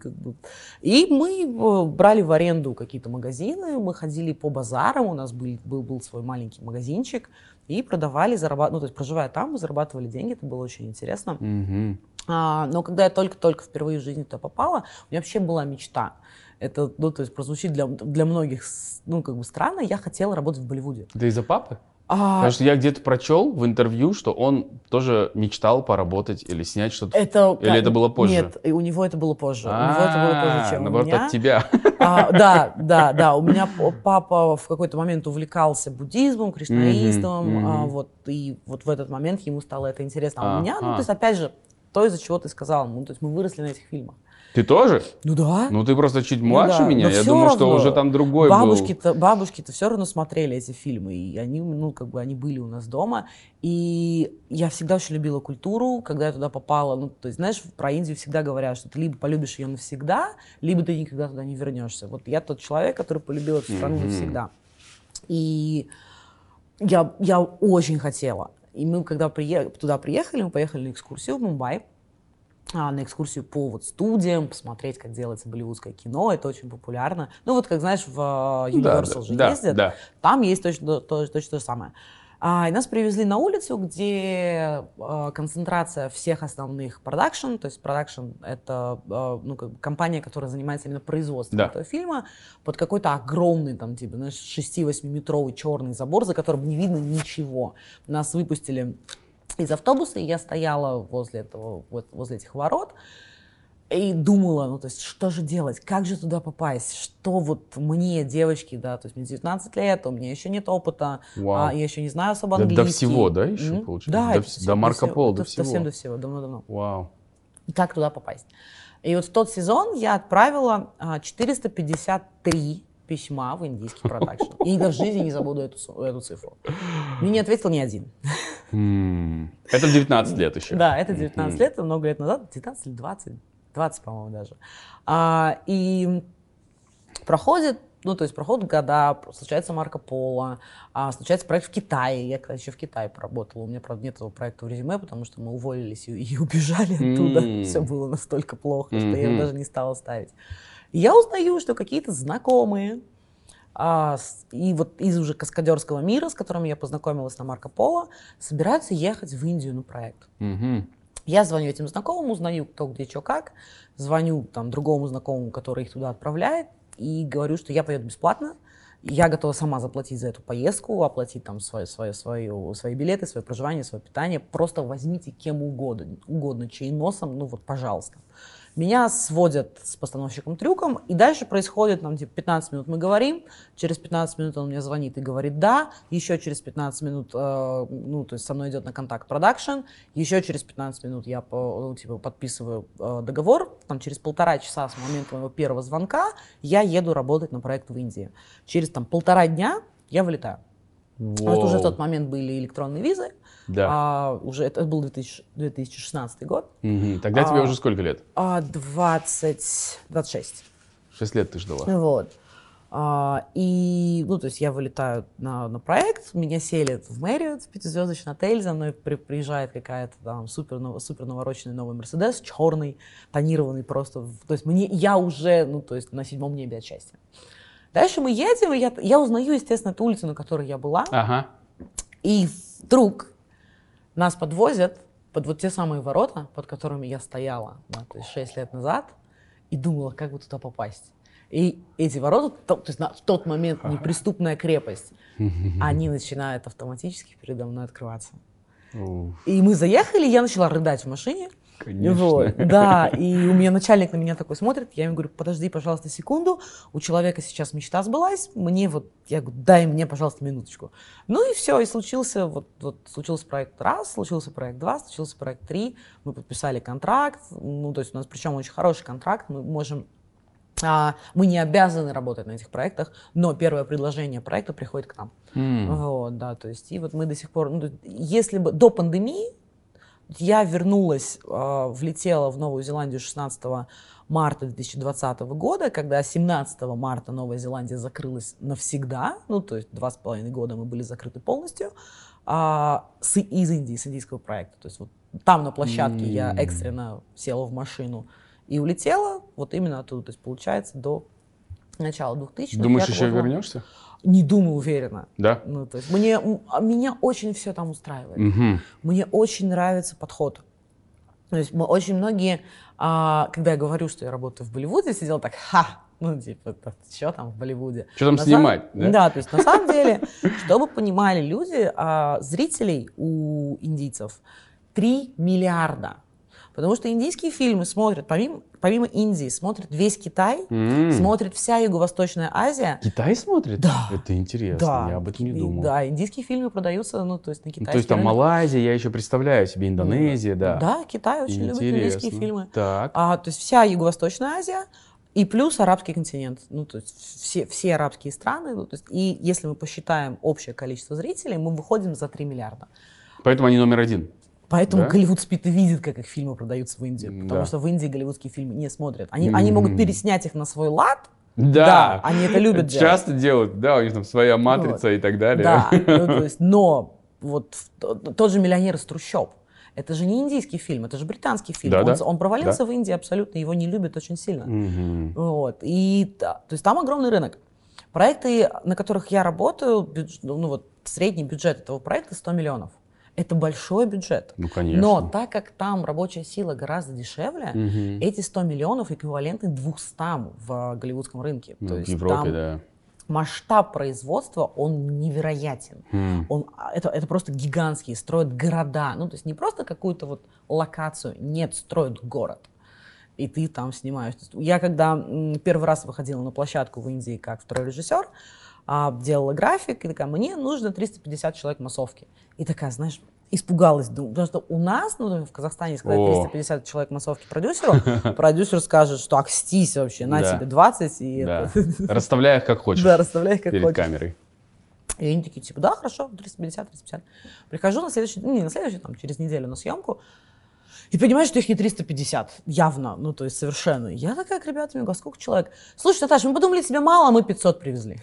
И мы брали в аренду какие-то магазины, мы ходили по базарам, у нас был свой маленький магазинчик, и продавали, ну, то есть проживая там, мы зарабатывали деньги, это было очень интересно. Мгм. Но когда я только-только впервые в жизни туда попала, у меня вообще была мечта. Это, ну, то есть прозвучит для многих, ну, как бы странно, я хотела работать в Болливуде. Это из-за папы? Потому что я где-то прочел в интервью, что он тоже мечтал поработать или снять что-то. Или это было позже? Нет, и у него это было позже. У него это было позже, чем у наоборот, меня. от тебя. Да. У меня папа в какой-то момент увлекался буддизмом, кришнаизмом, вот, и вот в этот момент ему стало это интересно. А у меня, ну, то есть, опять же, то, из-за чего ты сказал, ну, то есть мы выросли на этих фильмах. Ты тоже? Ну да. Ну ты просто чуть младше Ну да, меня. но Я всё думал, что равно. уже там другой был. Бабушки-то все равно смотрели эти фильмы, и они, ну, как бы они были у нас дома. И я всегда очень любила культуру, когда я туда попала. Ну, то есть, знаешь, про Индию всегда говорят, что ты либо полюбишь ее навсегда, либо ты никогда туда не вернешься. Вот я тот человек, который полюбил эту страну навсегда. И я очень хотела. И мы, когда туда приехали, мы поехали на экскурсию в Мумбай. На экскурсию по вот студиям, посмотреть, как делается болливудское кино, это очень популярно. Ну вот, как знаешь, в Universal же ездят, там есть точно то же самое. И нас привезли на улицу, где концентрация всех основных продакшн, то есть продакшн — это ну, как бы компания, которая занимается именно производством этого фильма, под какой-то огромный, там, типа, знаешь, 6-8-метровый черный забор, за которым не видно ничего. Нас выпустили из автобуса, и я стояла возле этих ворот и думала, ну, то есть, что же делать, как же туда попасть, что вот мне, девочке, да, то есть мне 19 лет, у меня еще нет опыта, я еще не знаю особо английский. До всего, да, еще получается? Да, до Марко Поло, до всего? До всего, давно-давно. Вау. И как туда попасть? И вот в тот сезон я отправила 453 письма в индийский продакшн. И никогда в жизни не забуду эту цифру. Мне не ответил ни один. Это 19 лет еще. Да, это 19 лет, это много лет назад, 19 или 20, по-моему, даже. И проходят года, случается Марко Поло, случается проект в Китае. Я когда еще в Китае поработала, у меня, правда, нет этого проекта в резюме, потому что мы уволились и убежали оттуда. Все было настолько плохо, что я его даже не стала ставить. И я узнаю, что какие-то знакомые, и вот из уже каскадерского мира, с которыми я познакомилась на Марко Поло, собираются ехать в Индию на проект. Я звоню этим знакомым, узнаю, кто, где, что, как. Звоню там другому знакомому, который их туда отправляет, и говорю, что я поеду бесплатно. Я готова сама заплатить за эту поездку, оплатить там свои билеты, свое проживание, свое питание. Просто возьмите кем угодно, чьим носом, ну вот, пожалуйста. Меня сводят с постановщиком трюком, и дальше происходит, нам типа 15 минут мы говорим, через 15 минут он мне звонит и говорит «да», еще через 15 минут, ну, то есть со мной идет на контакт продакшн, еще через 15 минут я подписываю договор, там через 1,5 часа с момента моего первого звонка я еду работать на проект в Индии. Через там 1,5 дня я вылетаю. Вот уже в тот момент были электронные визы. Да. Уже это был 2016 год. Тогда тебе уже сколько лет? 26. 6 лет ты ждала. Вот. И, ну, то есть я вылетаю на проект, меня селят в Marriott, в 5-звездочный отель, за мной приезжает какая-то там супер навороченный новый Мерседес, черный, тонированный просто. То есть я уже, ну, то есть на 7-м небе от счастья. Дальше мы едем, и я узнаю, естественно, эту улицу, на которой я была. И вдруг нас подвозят под вот те самые ворота, под которыми я стояла, да, то есть 6 лет назад, и думала, как бы туда попасть. И эти ворота, то есть в тот момент неприступная крепость, они начинают автоматически передо мной открываться. И мы заехали, я начала рыдать в машине. Конечно. Вот, да, и у меня начальник на меня такой смотрит, я ему говорю, подожди, пожалуйста, секунду, у человека сейчас мечта сбылась, я говорю, дай мне, пожалуйста, минуточку. Ну и все, и случился, случился проект раз, случился проект два, случился проект три, мы подписали контракт, ну, то есть у нас причем очень хороший контракт, мы не обязаны работать на этих проектах, но первое предложение проекта приходит к нам. Вот, да, то есть, и вот мы до сих пор, если бы до пандемии, я вернулась, влетела в Новую Зеландию 16 марта 2020 года, когда 17 марта Новая Зеландия закрылась навсегда, ну, то есть 2,5 года мы были закрыты полностью, из Индии, с индийского проекта. То есть вот там на площадке я экстренно села в машину и улетела, вот именно оттуда. То есть получается до начала 2000-х. Думаешь, еще вернешься? Не думаю, уверена. Да? Ну, то есть меня очень все там устраивает. Мне очень нравится подход. То есть мы очень многие, когда я говорю, что я работаю в Болливуде, сидела так, ну типа, что там в Болливуде? Что там снимать? Да? Да, то есть на самом деле, чтобы понимали люди, зрителей у индийцев 3 миллиарда. Потому что индийские фильмы смотрят, помимо Индии, смотрит весь Китай, смотрит вся Юго-Восточная Азия. Китай смотрит? Да. Это интересно, Да. я об этом не думал. Да, индийские фильмы продаются, ну, то есть на китайский То есть там рынок. Малайзия, я еще представляю себе, Индонезия, да. Да, Китай очень любит индийские фильмы. Так. То есть вся Юго-Восточная Азия и плюс арабский континент. Ну, то есть все арабские страны. Ну, то есть, и если мы посчитаем общее количество зрителей, мы выходим за 3 миллиарда. Поэтому они номер один. Поэтому Голливуд спит и видит, как их фильмы продаются в Индии. Потому что в Индии голливудские фильмы не смотрят. Они могут переснять их на свой лад. Да, они это любят делать. Часто делают, да, у них там своя матрица и так далее. Да, ну, то есть, но вот тот же «Миллионер из трущоб», это же не индийский фильм, это же британский фильм. Он провалился в Индии абсолютно, его не любят очень сильно. Вот, и то есть там огромный рынок. Проекты, на которых я работаю, ну вот средний бюджет этого проекта 100 миллионов. Это большой бюджет. Ну, конечно. Но так как там рабочая сила гораздо дешевле, эти 100 миллионов эквивалентны 200 в голливудском рынке. Ну, то в есть Европе, там да. масштаб производства, он невероятен. Это просто гигантские, строят города. Ну, то есть не просто какую-то вот локацию, нет, строят город. И ты там снимаешь. Я когда первый раз выходила на площадку в Индии как второй режиссер, делала график, и такая, мне нужно 350 человек массовки. И такая, знаешь, испугалась, потому что у нас, ну, в Казахстане, сказать 350 человек массовки продюсеру, продюсер скажет, что акстись вообще, на тебе 20. И да. Расставляй их как хочешь. Да, расставляй их как перед хочешь. Камерой. И они такие, типа, да, хорошо, 350. Прихожу на следующий, ну, не на следующий, там, через неделю на съемку, и понимаешь, что их не 350, явно, ну, то есть совершенно. Я такая к ребятам говорю, сколько человек? Слушай, Наташа, мы подумали, тебе мало, а мы 500 привезли.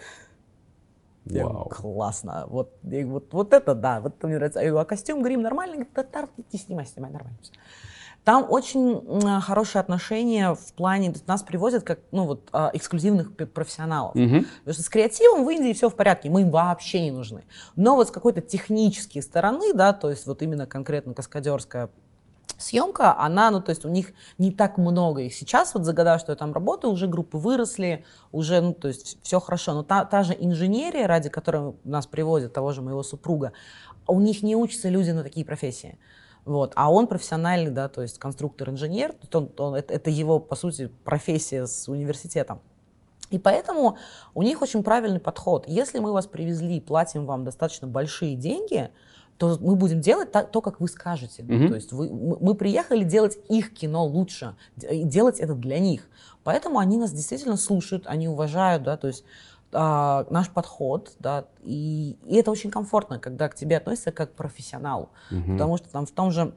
Я говорю, классно, вот это да, вот это мне нравится. Я говорю, а костюм, грим нормально? Говорит, да, иди снимай, нормально. Там очень хорошие отношения в плане, нас привозят как, ну, вот, эксклюзивных профессионалов. Потому что с креативом в Индии все в порядке, мы им вообще не нужны. Но вот с какой-то технической стороны, да, то есть вот именно конкретно каскадерская съемка, она, ну, то есть у них не так много их. Сейчас вот за года, что я там работаю, уже группы выросли, уже, ну, то есть все хорошо. Но та же инженерия, ради которой нас привозят, того же моего супруга, у них не учатся люди на такие профессии. Вот. А он профессиональный, да, то есть конструктор-инженер, это его, по сути, профессия с университетом. И поэтому у них очень правильный подход. Если мы вас привезли, платим вам достаточно большие деньги, то мы будем делать то, как вы скажете. То есть мы приехали делать их кино лучше, и делать это для них. Поэтому они нас действительно слушают, они уважают, да, то есть наш подход, да, и это очень комфортно, когда к тебе относятся как к профессионалу. Потому что там в том же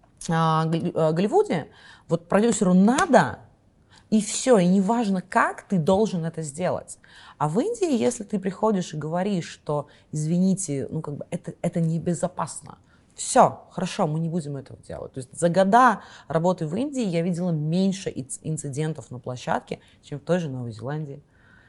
Голливуде вот продюсеру надо, и все, и неважно, как ты должен это сделать. А в Индии, если ты приходишь и говоришь, что, извините, ну как бы это небезопасно, все, хорошо, мы не будем этого делать. То есть за года работы в Индии я видела меньше инцидентов на площадке, чем в той же Новой Зеландии.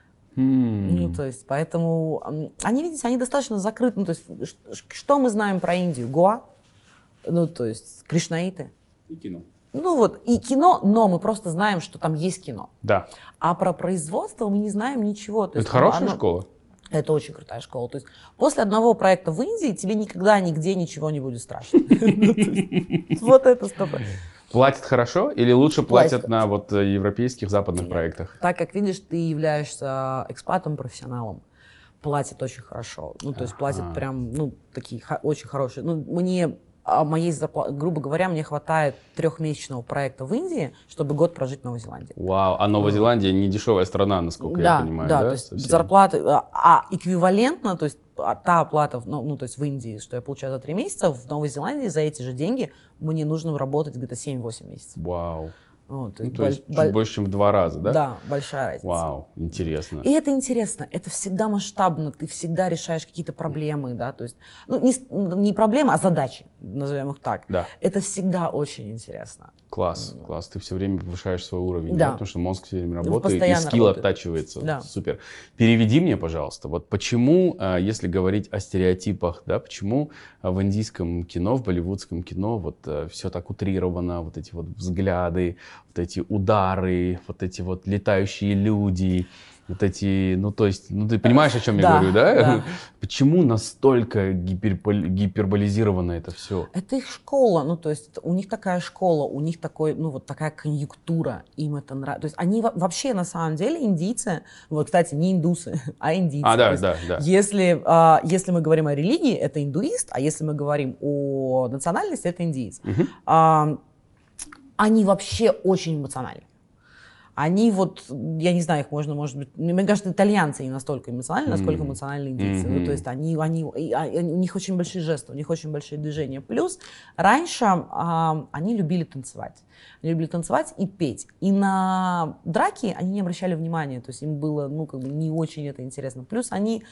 Ну, то есть, поэтому они, видите, они достаточно закрыты. Ну, то есть, что мы знаем про Индию? Гоа, ну, то есть, кришнаиты. И кино. Ну вот, и кино, но мы просто знаем, что там есть кино. Да. А про производство мы не знаем ничего. То это есть, хорошая школа? Это очень крутая школа. То есть после одного проекта в Индии тебе никогда нигде ничего не будет страшно. Вот это 100%. Платят хорошо или лучше платят на вот европейских, западных проектах? Так как видишь, ты являешься экспатом, профессионалом, платят очень хорошо. Ну, то есть платят прям, ну, такие очень хорошие. Ну, мне, моей зарплаты, грубо говоря, мне хватает 3-месячного проекта в Индии, чтобы год прожить в Новой Зеландии. Вау, а Новая Зеландия не дешевая страна, насколько я понимаю, да? Да, то есть зарплаты, эквивалентно, то есть та оплата, ну, то есть в Индии, что я получаю за 3 месяца, в Новой Зеландии за эти же деньги мне нужно работать где-то 7-8 месяцев. Вау. Вот, то есть чуть больше, чем в 2 раза, да? Да, большая разница. Вау, интересно. И это интересно, это всегда масштабно, ты всегда решаешь какие-то проблемы, да, то есть, ну, не проблемы, а задачи, назовем их так. Да. Это всегда очень интересно. Класс, класс, ты все время повышаешь свой уровень, да, потому что мозг все время работает, и скилл оттачивается. Да. Супер. Переведи мне, пожалуйста, вот почему, если говорить о стереотипах, да, почему в индийском кино, в болливудском кино вот все так утрировано, вот эти вот взгляды, вот эти удары, вот эти вот летающие люди, вот эти, ну то есть, ну ты понимаешь, о чем я говорю, да? Да. Почему настолько гиперболизировано это все? Это их школа, ну то есть у них такая школа, у них такой, ну вот такая конъюнктура, им это нравится. То есть они вообще на самом деле индийцы, вот кстати, не индусы, а индийцы. Да. Если мы говорим о религии, это индуист, а если мы говорим о национальности, это индиец. Они вообще очень эмоциональны. Они вот, я не знаю, их можно, может быть, мне кажется, итальянцы не настолько эмоциональны, насколько эмоциональны индийцы. Ну, то есть у них очень большие жесты, у них очень большие движения. Плюс раньше они любили танцевать. Они любили танцевать и петь. И на драки они не обращали внимания, то есть им было, ну, как бы не очень это интересно. Плюс они...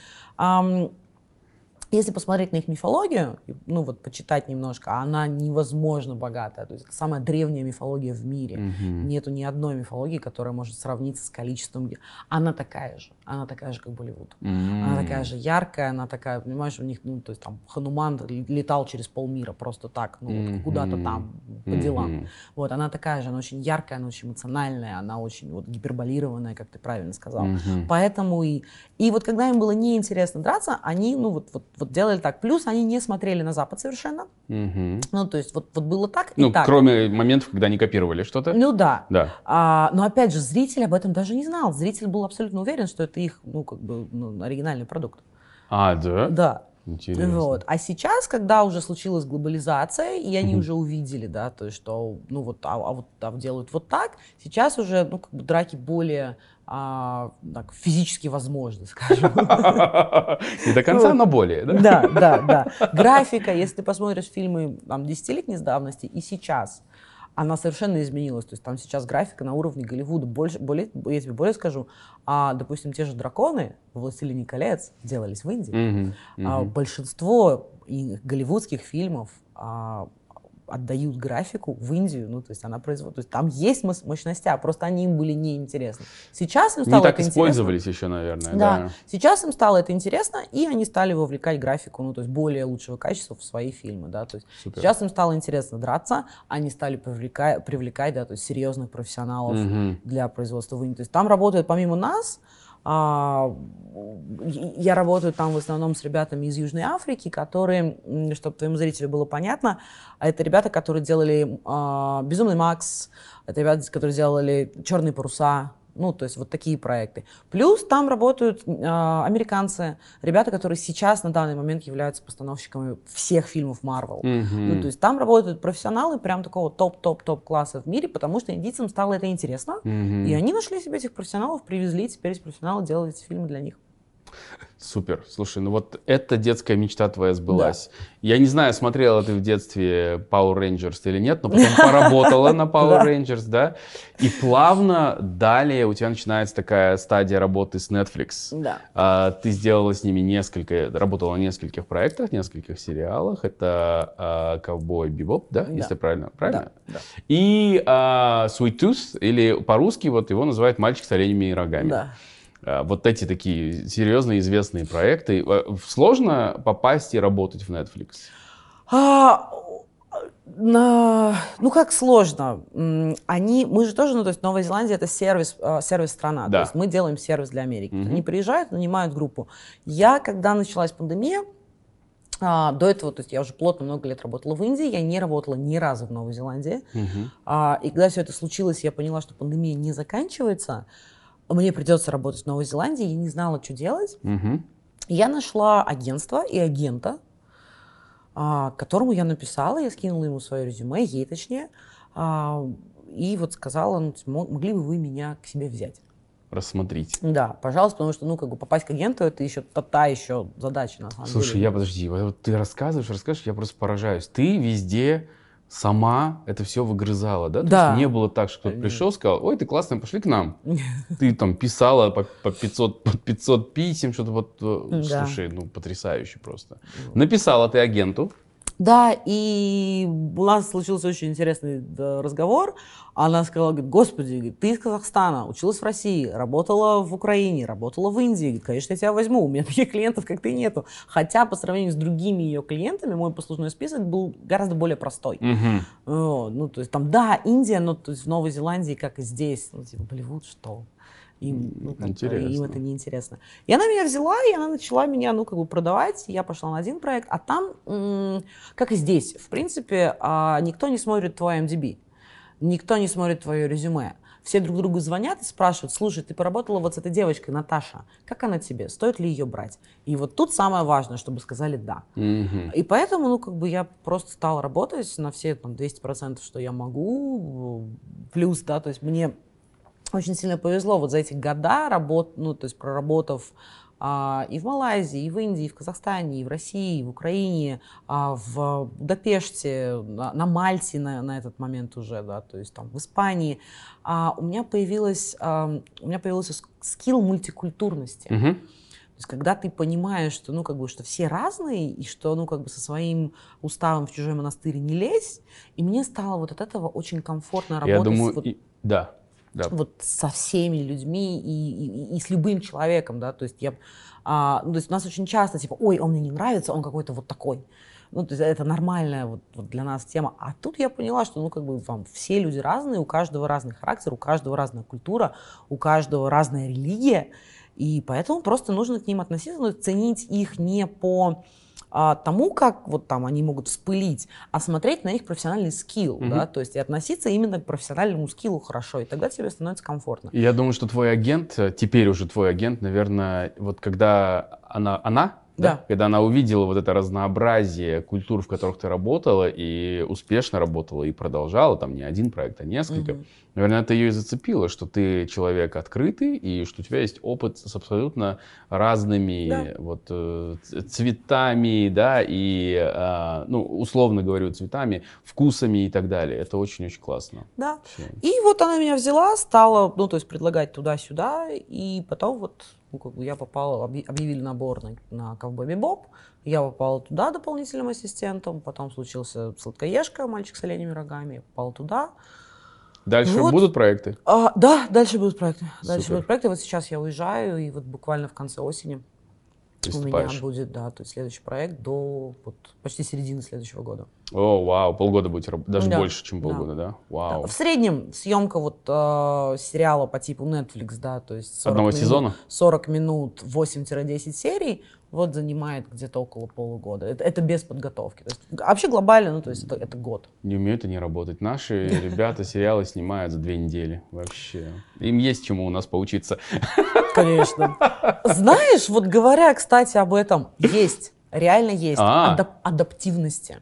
Если посмотреть на их мифологию, ну вот почитать немножко, она невозможно богатая. То есть это самая древняя мифология в мире. Нету ни одной мифологии, которая может сравниться с количеством. Она такая же, как Болливуд. Она такая же яркая, она такая, понимаешь, у них, ну то есть там Хануман летал через полмира просто так, ну вот, куда-то там по делам. Вот она такая же, она очень яркая, она очень эмоциональная, она очень вот гиперболированная, как ты правильно сказал. Поэтому и вот когда им было неинтересно драться, они, ну вот делали так. Плюс они не смотрели на Запад совершенно. Ну, то есть вот было так и так. Ну, кроме моментов, когда они копировали что-то. Ну, да. Но опять же, зритель об этом даже не знал. Зритель был абсолютно уверен, что это их, ну, как бы, ну, оригинальный продукт. Да? Да. Интересно. Вот. А сейчас, когда уже случилась глобализация, и они уже увидели, да, то есть, что, ну, вот, делают вот так, сейчас уже, ну, как бы драки более так, физически возможны, скажем. Не до конца, но более, да? Да. Графика, если ты посмотришь фильмы там, 10-летней давности и сейчас, она совершенно изменилась. То есть там сейчас графика на уровне Голливуда. Я тебе более скажу, допустим, те же драконы в «Властелине колец» делались в Индии. Большинство голливудских фильмов отдают графику в Индию, ну, то есть она производит, то есть там есть мощности, просто они им были неинтересны. Сейчас им стало не так это использовались еще, наверное. Да, сейчас им стало это интересно, и они стали вовлекать графику, ну, то есть более лучшего качества в свои фильмы, да, то есть сейчас им стало интересно драться, они стали привлекать, да, то есть серьезных профессионалов для производства в Индии. То есть там работают помимо нас, я работаю там в основном с ребятами из Южной Африки, которые, чтобы твоему зрителю было понятно, это ребята, которые делали «Безумный Макс», это ребята, которые делали «Черные паруса», ну, то есть вот такие проекты. Плюс там работают американцы, ребята, которые сейчас на данный момент являются постановщиками всех фильмов Marvel. Ну, то есть там работают профессионалы прям такого топ-топ-топ класса в мире, потому что индийцам стало это интересно, и они нашли себе этих профессионалов, привезли, теперь эти профессионалы делают эти фильмы для них. Супер. Слушай, ну вот эта детская мечта твоя сбылась. Да. Я не знаю, смотрела ты в детстве Power Rangers или нет, но потом поработала на Power Rangers, да? И плавно далее у тебя начинается такая стадия работы с Netflix. Да. Ты сделала с ними работала на нескольких проектах, нескольких сериалах. Это «Ковбой Бибоп», да? Если правильно? Правильно? Да. И «Sweet Tooth», или по-русски вот его называют «Мальчик с оленями и рогами». Да. Вот эти такие серьезные известные проекты. Сложно попасть и работать в Netflix? Ну как сложно? Мы же тоже, ну то есть Новая Зеландия это сервис-страна, да. То есть мы делаем сервис для Америки. Они приезжают, нанимают группу. Когда началась пандемия, До этого, то есть я уже плотно много лет работала в Индии, я не работала ни разу в Новой Зеландии. И когда все это случилось, я поняла, что пандемия не заканчивается, мне придется работать в Новой Зеландии, я не знала, что делать. Я нашла агентство и агента, которому я написала, я скинула ему свое резюме, ей точнее, и вот сказала, ну, могли бы вы меня к себе взять? Рассмотреть. Да, пожалуйста, потому что, ну, как бы попасть к агенту, это еще та еще задача, на самом деле. Слушай, подожди, вот ты рассказываешь, я просто поражаюсь. Ты везде сама это все выгрызала, да? То Да. есть не было так, что кто-то пришел, сказал, ой, ты классная, пошли к нам. Ты там писала по 500 писем, что-то вот, слушай, ну, потрясающе просто. Написала ты агенту. Да, и у нас случился очень интересный разговор. Она сказала, говорит, господи, ты из Казахстана, училась в России, работала в Украине, работала в Индии. Говорит, конечно, я тебя возьму, у меня таких клиентов, как ты, нету. Хотя по сравнению с другими ее клиентами, мой послужной список был гораздо более простой. Ну, то есть там, да, Индия, но то есть в Новой Зеландии, как и здесь, ну, типа, Болливуд, что? Им, ну, им это неинтересно. И она меня взяла, и она начала меня, ну, как бы продавать. Я пошла на один проект, а там, как и здесь, в принципе, никто не смотрит твой MDB, никто не смотрит твое резюме. Все друг другу звонят и спрашивают, слушай, ты поработала вот с этой девочкой, Наташа, как она тебе, стоит ли ее брать? И вот тут самое важное, чтобы сказали да. И поэтому, ну, как бы я просто стала работать на все там 200%, что я могу, плюс, да, то есть мне очень сильно повезло вот за эти года, ну, то есть проработав и в Малайзии, и в Индии, и в Казахстане, и в России, и в Украине, в Будапеште, на Мальте на этот момент уже, да, то есть там в Испании, у меня появился скилл мультикультурности. То есть когда ты понимаешь, что, ну, как бы, что все разные, и что, ну, как бы со своим уставом в чужой монастырь не лезь, и мне стало вот от этого очень комфортно работать. Я думаю, да. Вот со всеми людьми и с любым человеком, да, то есть то есть у нас очень часто типа, ой, он мне не нравится, он какой-то вот такой, ну, то есть это нормальная вот для нас тема, а тут я поняла, что, ну, как бы все люди разные, у каждого разный характер, у каждого разная культура, у каждого разная религия, и поэтому просто нужно к ним относиться, но ценить их не по тому, как вот там они могут вспылить, а смотреть на их профессиональный скилл, да, то есть и относиться именно к профессиональному скиллу хорошо, и тогда тебе становится комфортно. Я думаю, что твой агент, теперь уже твой агент, наверное, вот когда да? Когда она увидела вот это разнообразие культур, в которых ты работала, и успешно работала, и продолжала, там не один проект, а несколько, наверное, это ее и зацепило, что ты человек открытый, и что у тебя есть опыт с абсолютно разными вот, цветами, да, и, ну, условно говорю, цветами, вкусами и так далее. Это очень-очень классно. Да. Все. И вот она меня взяла, стала, ну, то есть предлагать туда-сюда, и потом вот, ну, как бы я попала, объявили набор на Ковбой Бибоп, я попала туда дополнительным ассистентом, потом случился Сладкоежка, мальчик с оленями рогами, я попала туда. Дальше вот. Будут проекты? Да, дальше будут проекты. Дальше будут проекты, вот сейчас я уезжаю, и вот буквально в конце осени у меня будет, да, то есть следующий проект до вот, почти середины следующего года. О, вау, полгода будете работать, даже больше, чем полгода, да? Вау. Да. В среднем съемка вот сериала по типу Netflix, да, то есть 40 одного минут, сезона? 40 минут, 8-10 серий, вот занимает где-то около полугода. Это без подготовки. То есть, вообще глобально, ну, то есть это год. Не умеют они работать. Наши ребята сериалы снимают за 2 недели. Вообще. Им есть чему у нас поучиться. Конечно. Знаешь, вот говоря, кстати, об этом, есть, реально есть адаптивности.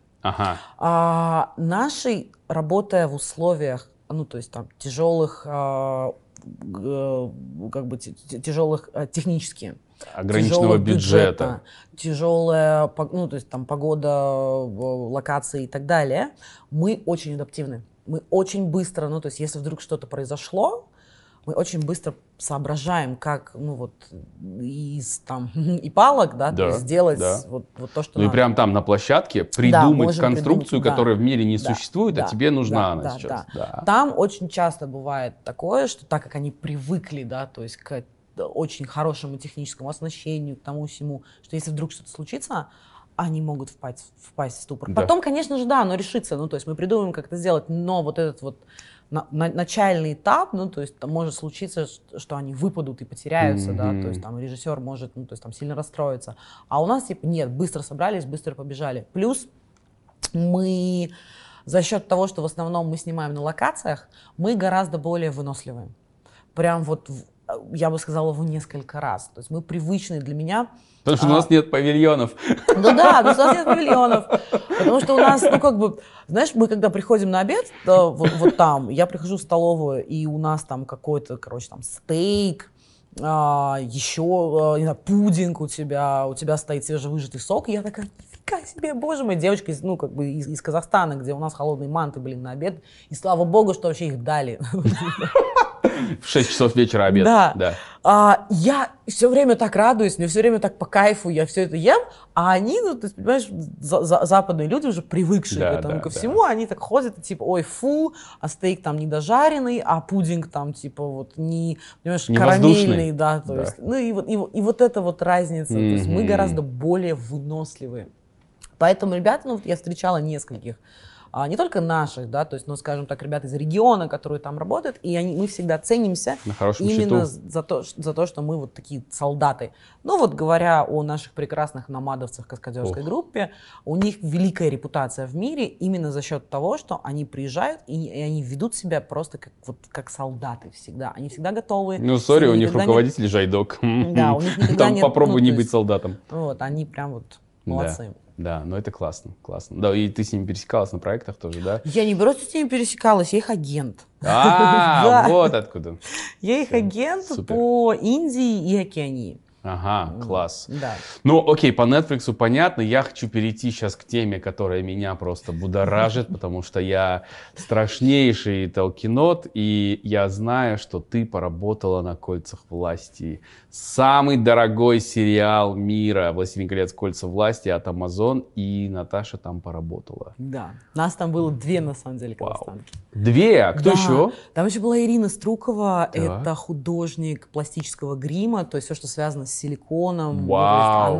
Наши, работая в условиях, ну, то есть там тяжелых, как бы тяжелых технически, ограниченного бюджета, тяжелая, ну, то есть там погода, локации и так далее, мы очень адаптивны. Мы очень быстро, ну, то есть если вдруг что-то произошло, мы очень быстро соображаем, как, ну, вот, из там и палок, да, то есть сделать вот то, что надо. И прям там на площадке придумать конструкцию, которая в мире не существует, а тебе нужна она сейчас. Да. Там очень часто бывает такое, что так как они привыкли, да, то есть к очень хорошему техническому оснащению, к тому всему, что если вдруг что-то случится, они могут впасть в ступор. Потом, конечно же, да, оно решится, ну, то есть мы придумаем, как это сделать, но вот этот вот начальный этап, ну, то есть там может случиться, что они выпадут и потеряются, да, то есть там режиссер может, ну, то есть там сильно расстроиться. А у нас, типа, нет, быстро собрались, быстро побежали. Плюс мы за счет того, что в основном мы снимаем на локациях, мы гораздо более выносливые. Прям вот, я бы сказала, в несколько раз. То есть мы привычны для меня. Потому что у нас нет павильонов. Ну да, потому что у нас нет павильонов. Потому что у нас, ну как бы, знаешь, мы когда приходим на обед, вот там, я прихожу в столовую, и у нас там какой-то, короче, там стейк, еще, не знаю, пудинг у тебя стоит свежевыжатый сок, и я такая, нифига себе, боже мой, девочка, ну, как бы из Казахстана, где у нас холодные манты были на обед, и слава богу, что вообще их дали. В 6 часов вечера обед. Да. Я все время так радуюсь, мне все время так по кайфу, я все это ем, а они, ну, ты понимаешь, западные люди уже привыкшие к этому ко всему, они так ходят, и типа, ой, фу, а стейк там недожаренный, а пудинг там, типа, вот, не, понимаешь, не карамельный, воздушный. Да, то есть, ну, и вот эта вот разница, то есть мы гораздо более выносливые. Поэтому, ребята, ну, я встречала нескольких, не только наших, да, то есть, ну, скажем так, ребят из региона, которые там работают, и мы всегда ценимся именно за то, что мы вот такие солдаты. Ну, вот говоря о наших прекрасных намадовцах в каскадерской группе, у них великая репутация в мире именно за счет того, что они приезжают, и они ведут себя просто как солдаты всегда. Они всегда готовы. Ну, сори, у них руководитель жайдок. Да, у них никогда нет... Там попробуй не быть солдатом. Вот, они прям вот молодцы. Да, но это классно, классно. Да, и ты с ними пересекалась на проектах тоже, да? Я не просто с ними пересекалась, я их агент. Вот откуда. Я их агент по Индии и Океании. Ага, класс. Да. Ну, окей, по Netflix понятно. Я хочу перейти сейчас к теме, которая меня просто будоражит, потому что я страшнейший толкинот, и я знаю, что ты поработала на «Кольцах власти». Самый дорогой сериал мира «Властелин колец. Кольца власти» от Amazon, и Наташа там поработала. Да, нас там было 2, на самом деле, казахстанки. 2? А кто еще? Там еще была Ирина Струкова, это художник пластического грима, то есть все, что связано с силиконом. Вау.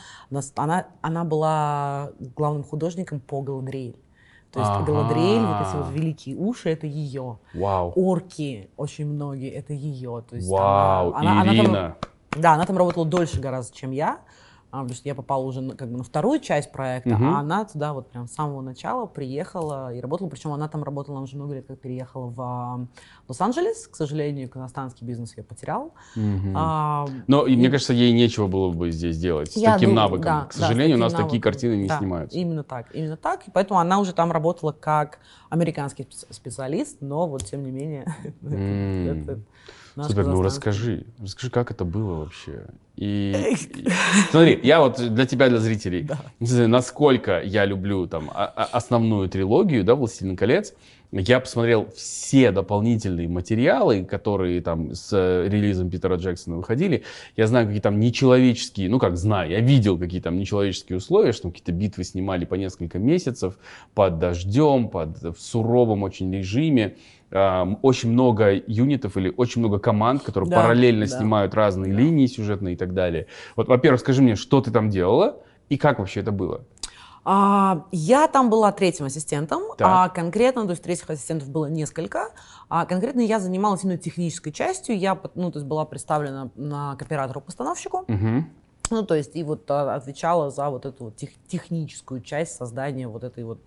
Она была главным художником по Галадриэль. То есть Галадриэль, вот эти вот великие уши, это ее. Вау. Орки, очень многие, это ее. То есть вау, Ирина. Она там работала дольше гораздо, чем я. Потому что я попала уже как бы на вторую часть проекта, а она туда вот прям с самого начала приехала и работала. Причем она там работала, она уже много лет как переехала в Лос-Анджелес. К сожалению, казахстанский бизнес я потерял. Но мне кажется, ей нечего было бы здесь делать с таким навыком. Да, к сожалению, у нас такие картины не снимаются. Именно так. И поэтому она уже там работала как американский специалист, но вот тем не менее... Супер, ну расскажи, как это было вообще? И смотри, я вот для тебя, для зрителей, насколько я люблю там основную трилогию, да, «Властелин колец», я посмотрел все дополнительные материалы, которые там с релизом Питера Джексона выходили. Я знаю, какие там нечеловеческие, ну как знаю, я видел какие там нечеловеческие условия, что какие-то битвы снимали по несколько месяцев под дождем, в суровом очень режиме. Очень много юнитов или очень много команд, которые параллельно снимают разные линии сюжетные и так далее. Вот, во-первых, скажи мне, что ты там делала и как вообще это было? Я там была 3-м ассистентом, конкретно, то есть 3-х ассистентов было несколько, конкретно я занималась именно технической частью, я, ну, то есть была представлена на к оператору-постановщику, ну, то есть и вот отвечала за вот эту вот техническую часть создания вот этой вот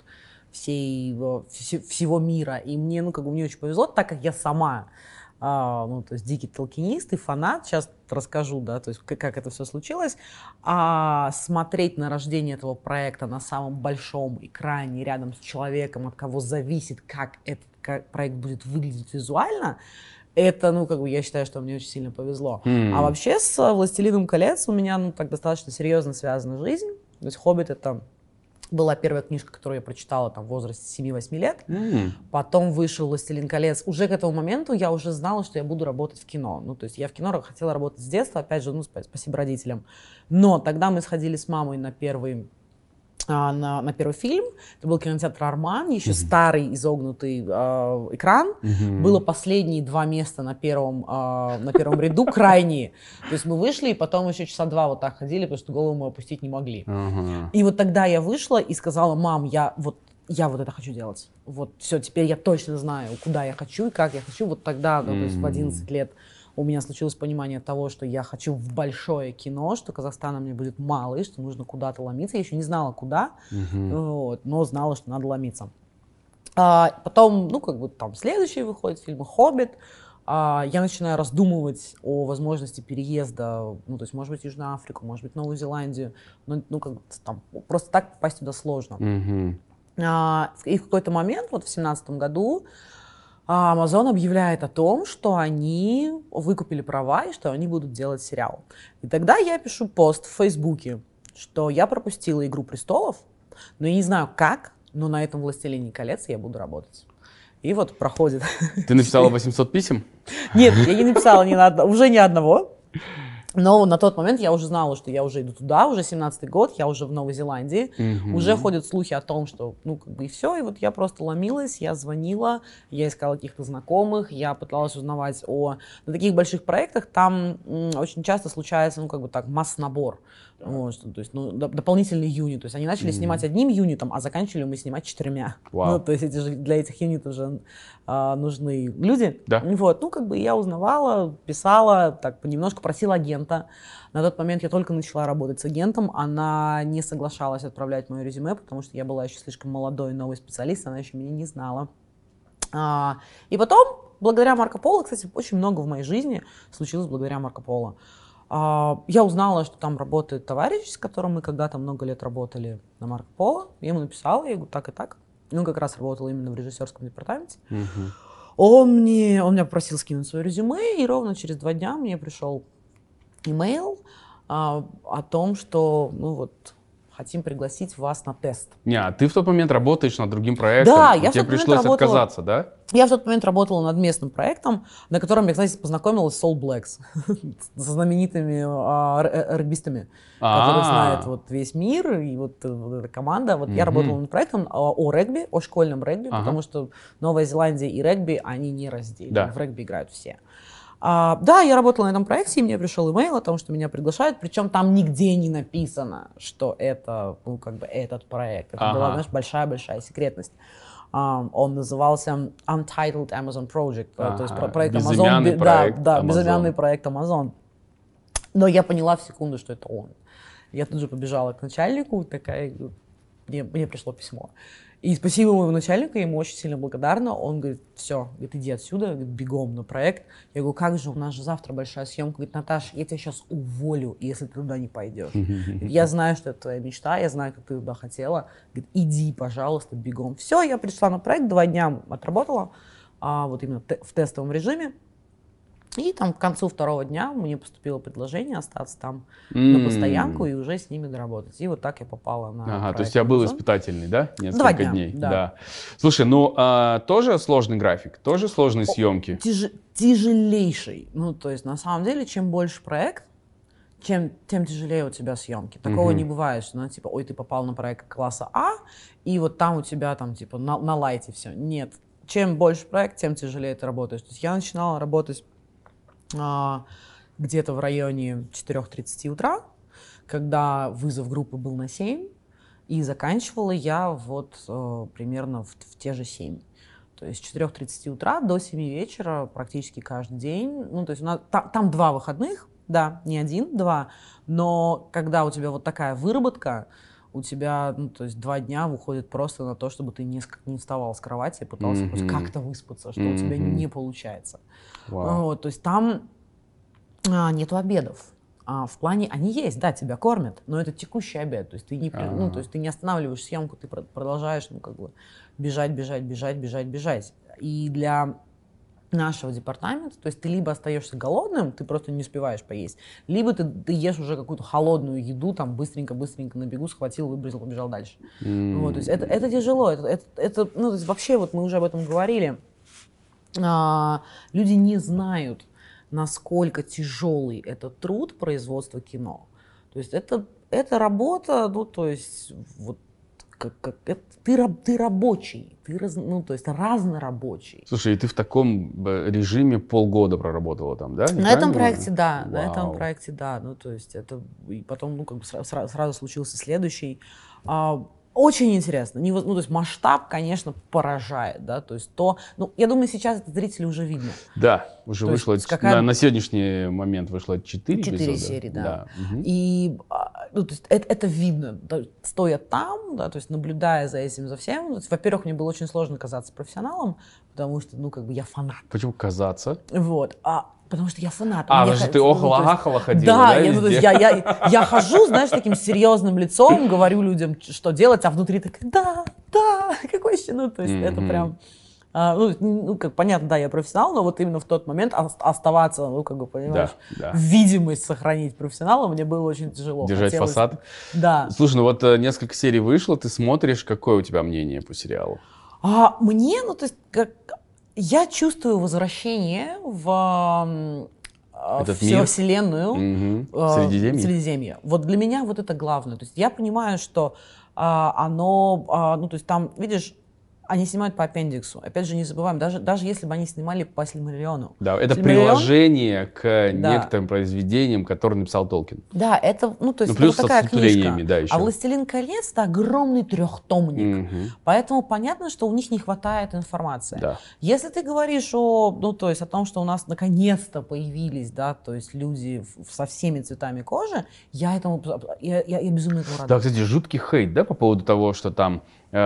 всего мира. И мне, ну, как бы мне очень повезло, так как я сама, ну, то есть дикий толкинист и фанат, сейчас расскажу, да, то есть как это все случилось, смотреть на рождение этого проекта на самом большом экране рядом с человеком, от кого зависит, как этот проект будет выглядеть визуально, это, ну, как бы я считаю, что мне очень сильно повезло. А вообще с «Властелином колец» у меня, ну, так достаточно серьезно связана жизнь. То есть «Хоббит» — это была первая книжка, которую я прочитала там, в возрасте 7-8 лет. Потом вышел «Властелин колец». Уже к этому моменту я уже знала, что я буду работать в кино. Ну, то есть я в кино хотела работать с детства, опять же, ну, спасибо родителям. Но тогда мы сходили с мамой на первый фильм. Это был кинотеатр «Арман», еще старый изогнутый экран. Было последние 2 места на первом ряду, крайние. То есть мы вышли, и потом еще часа 2 вот так ходили, потому что голову мы опустить не могли. И вот тогда я вышла и сказала: мам, я вот это хочу делать. Вот все, теперь я точно знаю, куда я хочу и как я хочу. Вот тогда, то есть в 11 лет у меня случилось понимание того, что я хочу в большое кино, что Казахстана мне будет мало, и что нужно куда-то ломиться. Я еще не знала, куда, вот, но знала, что надо ломиться. Потом, ну, как бы там следующий выходит фильм «Хоббит». Я начинаю раздумывать о возможности переезда, ну, то есть, может быть, в Южную Африку, может быть, в Новую Зеландию, но, ну, как бы там просто так попасть туда сложно. И в какой-то момент, вот в 2017 году, Amazon объявляет о том, что они выкупили права и что они будут делать сериал. И тогда я пишу пост в Фейсбуке, что я пропустила «Игру престолов», но я не знаю как, но на этом «Властелине колец» я буду работать. И вот проходит. Ты написала 800 писем? Нет, я не написала уже ни одного. Но на тот момент я уже знала, что я уже иду туда, уже 17-й год, я уже в Новой Зеландии. Уже ходят слухи о том, что, ну, как бы и все. И вот я просто ломилась, я звонила, я искала каких-то знакомых, я пыталась узнавать на таких больших проектах там очень часто случается, ну, как бы так, масс-набор. Вот, то есть, ну, дополнительный юнит. То есть они начали снимать одним юнитом, а заканчивали мы снимать 4. Ну, то есть для этих юнитов же нужны люди. Да. Вот, ну, как бы я узнавала, писала, так понемножку просила агента. На тот момент я только начала работать с агентом, она не соглашалась отправлять мое резюме, потому что я была еще слишком молодой новый специалист, она еще меня не знала. И потом, благодаря Марко Поло, кстати, очень много в моей жизни случилось благодаря Марко Поло. Я узнала, что там работает товарищ, с которым мы когда-то много лет работали на Марко Поло. Я ему написала, я говорю, так и так. И он как раз работал именно в режиссерском департаменте. Он меня попросил скинуть свое резюме, и ровно через 2 дня мне пришел имейл о том, что, ну вот, хотим пригласить вас на тест. А ты в тот момент работаешь над другим проектом, Да, и тебе пришлось отказаться, да? Я в тот момент работала над местным проектом, на котором я, кстати, познакомилась с All Blacks, со знаменитыми регбистами, которых знает вот весь мир, и вот эта команда. Вот я работала над проектом о регби, о школьном регби, потому что Новая Зеландия и регби, они не разделены. Да. В регби играют все. Да, я работала на этом проекте, и мне пришел имейл о том, что меня приглашают, причем там нигде не написано, что это, ну, как бы этот проект. Это была, знаешь, большая-большая секретность. Он назывался Untitled Amazon Project, то есть проект Amazon. Безымянный проект Amazon. Безымянный проект Amazon. Но я поняла в секунду, что это он. Я тут же побежала к начальнику, такая, мне пришло письмо. И спасибо моему начальнику, я ему очень сильно благодарна. Он говорит, все, говорит, иди отсюда, говорит, бегом на проект. Я говорю, как же, у нас же завтра большая съемка. Говорит, Наташа, я тебя сейчас уволю, если ты туда не пойдешь. Я знаю, что это твоя мечта, я знаю, как ты туда хотела. Говорит, иди, пожалуйста, бегом. Все, я пришла на проект, 2 дня отработала, вот именно в тестовом режиме. И там к концу 2-го дня мне поступило предложение остаться там на постоянку и уже с ними доработать. И вот так я попала на проект. То есть у тебя был испытательный, да? Несколько 2 дня, дней. Да. Слушай, ну тоже сложный график, тоже сложные съемки? Тяжелейший. Ну, то есть на самом деле, чем больше проект, тем тяжелее у тебя съемки. Такого не бывает, что, ну, типа, ой, ты попал на проект класса А, и вот там у тебя там, типа, на лайте все. Нет. Чем больше проект, тем тяжелее ты работаешь. То есть я начинала работать где-то в районе 4:30 утра, когда вызов группы был на 7, и заканчивала я вот примерно в те же 7. То есть с 4:30 утра до 7 вечера практически каждый день. Ну, то есть там 2 выходных, да, не 1, 2, но когда у тебя вот такая выработка, у тебя, ну, то есть 2 дня выходит просто на то, чтобы ты не вставал с кровати и пытался просто как-то выспаться, что у тебя не получается. Вот, то есть там нету обедов. В плане, они есть, да, тебя кормят, но это текущий обед. То есть ты не, ну, то есть ты не останавливаешь съемку, ты продолжаешь, ну, как бы бежать. И для нашего департамента, то есть ты либо остаешься голодным, ты просто не успеваешь поесть, либо ты ешь уже какую-то холодную еду, там быстренько на бегу схватил, выбросил, побежал дальше. Вот, то есть это тяжело, это, ну, то есть вообще вот мы уже об этом говорили, люди не знают, насколько тяжелый это труд производства кино. То есть это работа, ну, то есть вот ты рабочий, ну, то есть разнорабочий. Слушай, и ты в таком режиме полгода проработала там, да? На этом проекте, да, на этом проекте, да. Ну, то есть это, и потом, ну, как бы сразу случился следующий. Очень интересно. Ну, то есть масштаб, конечно, поражает, да, то есть ну, я думаю, сейчас это зрители уже видно. Да, уже То вышло, есть какая... на сегодняшний момент вышло 4 4 эпизода. серии, да. Угу. И, ну, то есть это видно, да, стоя там, да, то есть наблюдая за этим, за всем. Ну, во-первых, мне было очень сложно казаться профессионалом, потому что, ну, как бы я фанат. Почему казаться? Вот. Потому что я фанат. Потому что ты охала-ахала ходила, да? Да, ну, то есть я хожу, знаешь, таким серьезным лицом, говорю людям, что делать, а внутри такая, да, какой еще, ну, то есть это прям... Ну, как понятно, да, я профессионал, но вот именно в тот момент оставаться, ну, как бы, понимаешь, видимость сохранить профессионала мне было очень тяжело. Держать фасад? Да. Слушай, ну вот несколько серий вышло, ты смотришь, какое у тебя мнение по сериалу? Мне, ну, то есть, я чувствую возвращение в вселенную Средиземья. Вот для меня вот это главное. То есть я понимаю, что оно, ну, то есть там, видишь, они снимают по аппендиксу. Опять же, не забываем, даже если бы они снимали по Сильмариллиону. Да, это приложение к некоторым произведениям, которые написал Толкин. Да, это, ну, то есть, плюс это такая книжка. Да, еще. А «Властелин колец» — это огромный трехтомник. Поэтому понятно, что у них не хватает информации. Да. Если ты говоришь о том, что у нас наконец-то появились, да, то есть люди со всеми цветами кожи, я безумно этому рада. Да, кстати, жуткий хейт, да, по поводу того, что там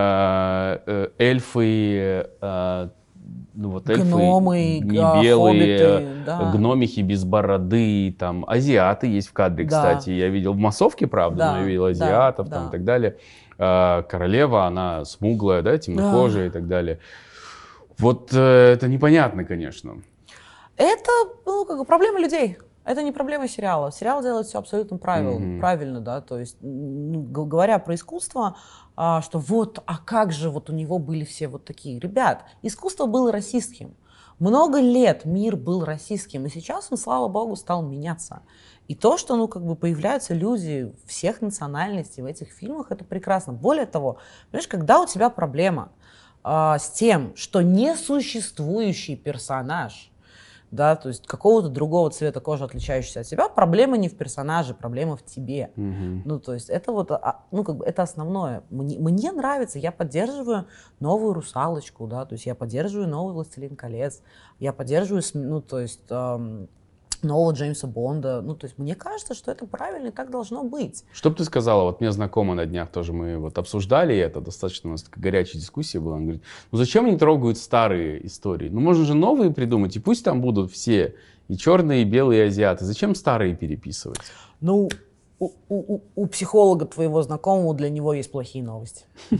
эльфы, ну вот эльфы гномы, не белые, хоббиты, да. гномихи без бороды, там азиаты есть в кадре, кстати. Я видел в массовке, правда, но я видел азиатов там и так далее. Королева, она смуглая, да, темнокожая и так далее. Вот это непонятно, конечно. Это, ну, как бы проблема людей. Это не проблема сериала. Сериал делает все абсолютно правильно, да, то есть, говоря про искусство, что вот, а как же вот у него были все вот такие. Ребят, искусство было расистским. Много лет мир был расистским, и сейчас он, слава богу, стал меняться. И то, что, ну, как бы появляются люди всех национальностей в этих фильмах, это прекрасно. Более того, понимаешь, когда у тебя проблема с тем, что несуществующий персонаж, да, то есть какого-то другого цвета кожи, отличающийся от тебя, проблема не в персонаже, проблема в тебе. Ну, то есть это вот, ну, как бы это основное. Мне нравится, я поддерживаю новую «Русалочку», да, то есть я поддерживаю новый «Властелин колец», я поддерживаю, ну, то есть нового Джеймса Бонда. Ну, то есть мне кажется, что это правильно и так должно быть. Что бы ты сказала? Вот мне знакомо на днях тоже мы вот обсуждали это, достаточно у нас такая горячая дискуссия была. Он говорит, ну зачем они трогают старые истории? Ну можно же новые придумать, и пусть там будут все, и черные, и белые, и азиаты. Зачем старые переписывать? Ну, у психолога твоего знакомого для него есть плохие новости.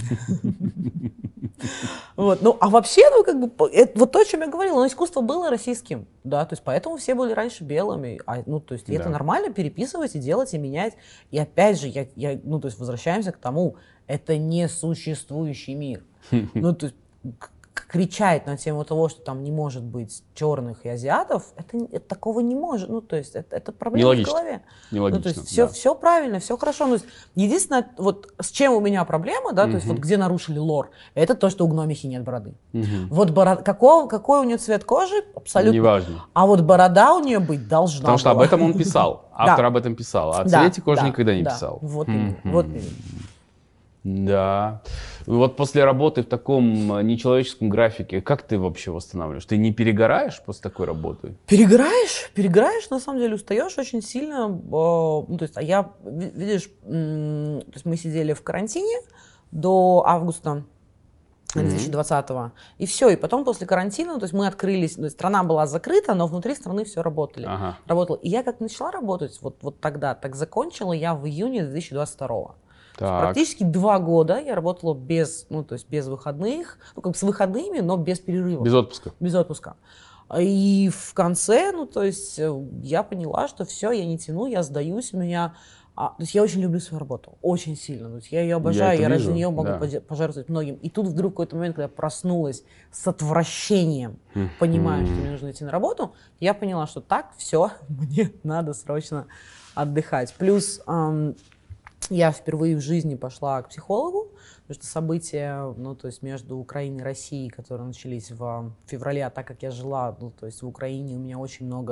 Вот. Ну, а вообще, ну, как бы, вот то, о чем я говорила, но искусство было российским, да, то есть поэтому все были раньше белыми, ну, то есть это нормально переписывать и делать, и менять. И опять же, ну, то есть возвращаемся к тому, это несуществующий мир. Ну, то есть кричать на тему того, что там не может быть черных и азиатов, это такого не может. Ну, то есть это проблема в голове. Нелогично. Ну, то есть все правильно, все хорошо. Ну, единственное, вот с чем у меня проблема, да, то есть вот где нарушили лор, это то, что у гномихи нет бороды. Вот какой у нее цвет кожи, абсолютно. Неважно. А вот борода у нее быть должна. Потому что об этом он писал. Автор об этом писал. А о цвете кожи никогда не писал. Вот именно. Вот именно. Да. Вот после работы в таком нечеловеческом графике, как ты вообще восстанавливаешь? Ты не перегораешь после такой работы? Перегораешь, на самом деле устаешь очень сильно. Ну, то есть, видишь, то есть мы сидели в карантине до августа 2020-го, и все, и потом после карантина, то есть мы открылись, то есть страна была закрыта, но внутри страны все работало. И я как начала работать вот тогда, так закончила я в июне 2022-го. Практически 2 года я работала без выходных, ну, как бы с выходными, но без перерыва. Без отпуска. И в конце, ну, то есть я поняла, что все, я не тяну, я сдаюсь, у меня... то есть я очень люблю свою работу, очень сильно. То есть я ее обожаю, я ради нее могу пожертвовать многим. И тут вдруг в какой-то момент, когда я проснулась с отвращением, понимая, что мне нужно идти на работу, я поняла, что так, все, мне надо срочно отдыхать. Плюс... я впервые в жизни пошла к психологу, потому что события, ну, то есть между Украиной и Россией, которые начались в феврале, а так как я жила, ну, то есть в Украине, у меня очень много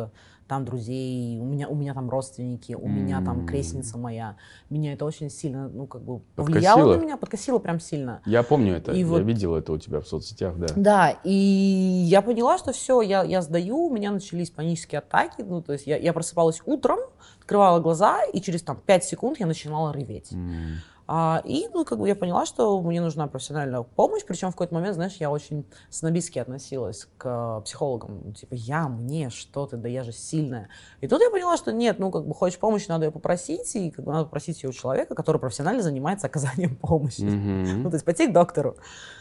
там друзей, у меня там родственники, у меня там крестница моя. Меня это очень сильно, ну, как бы повлияло на меня, подкосило прям сильно. Я помню это, И я вот, видел это у тебя в соцсетях, да. Да, и я поняла, что все, я сдаю, у меня начались панические атаки, ну, то есть я просыпалась утром, открывала глаза, и через там 5 секунд я начинала реветь. И, ну, как бы я поняла, что мне нужна профессиональная помощь, причем в какой-то момент, знаешь, я очень снобистски относилась к психологам, типа, мне, что ты, да я же сильная. И тут я поняла, что нет, ну, как бы, хочешь помощи, надо ее попросить, и как бы надо попросить ее у человека, который профессионально занимается оказанием помощи. Ну, то есть пойти к доктору.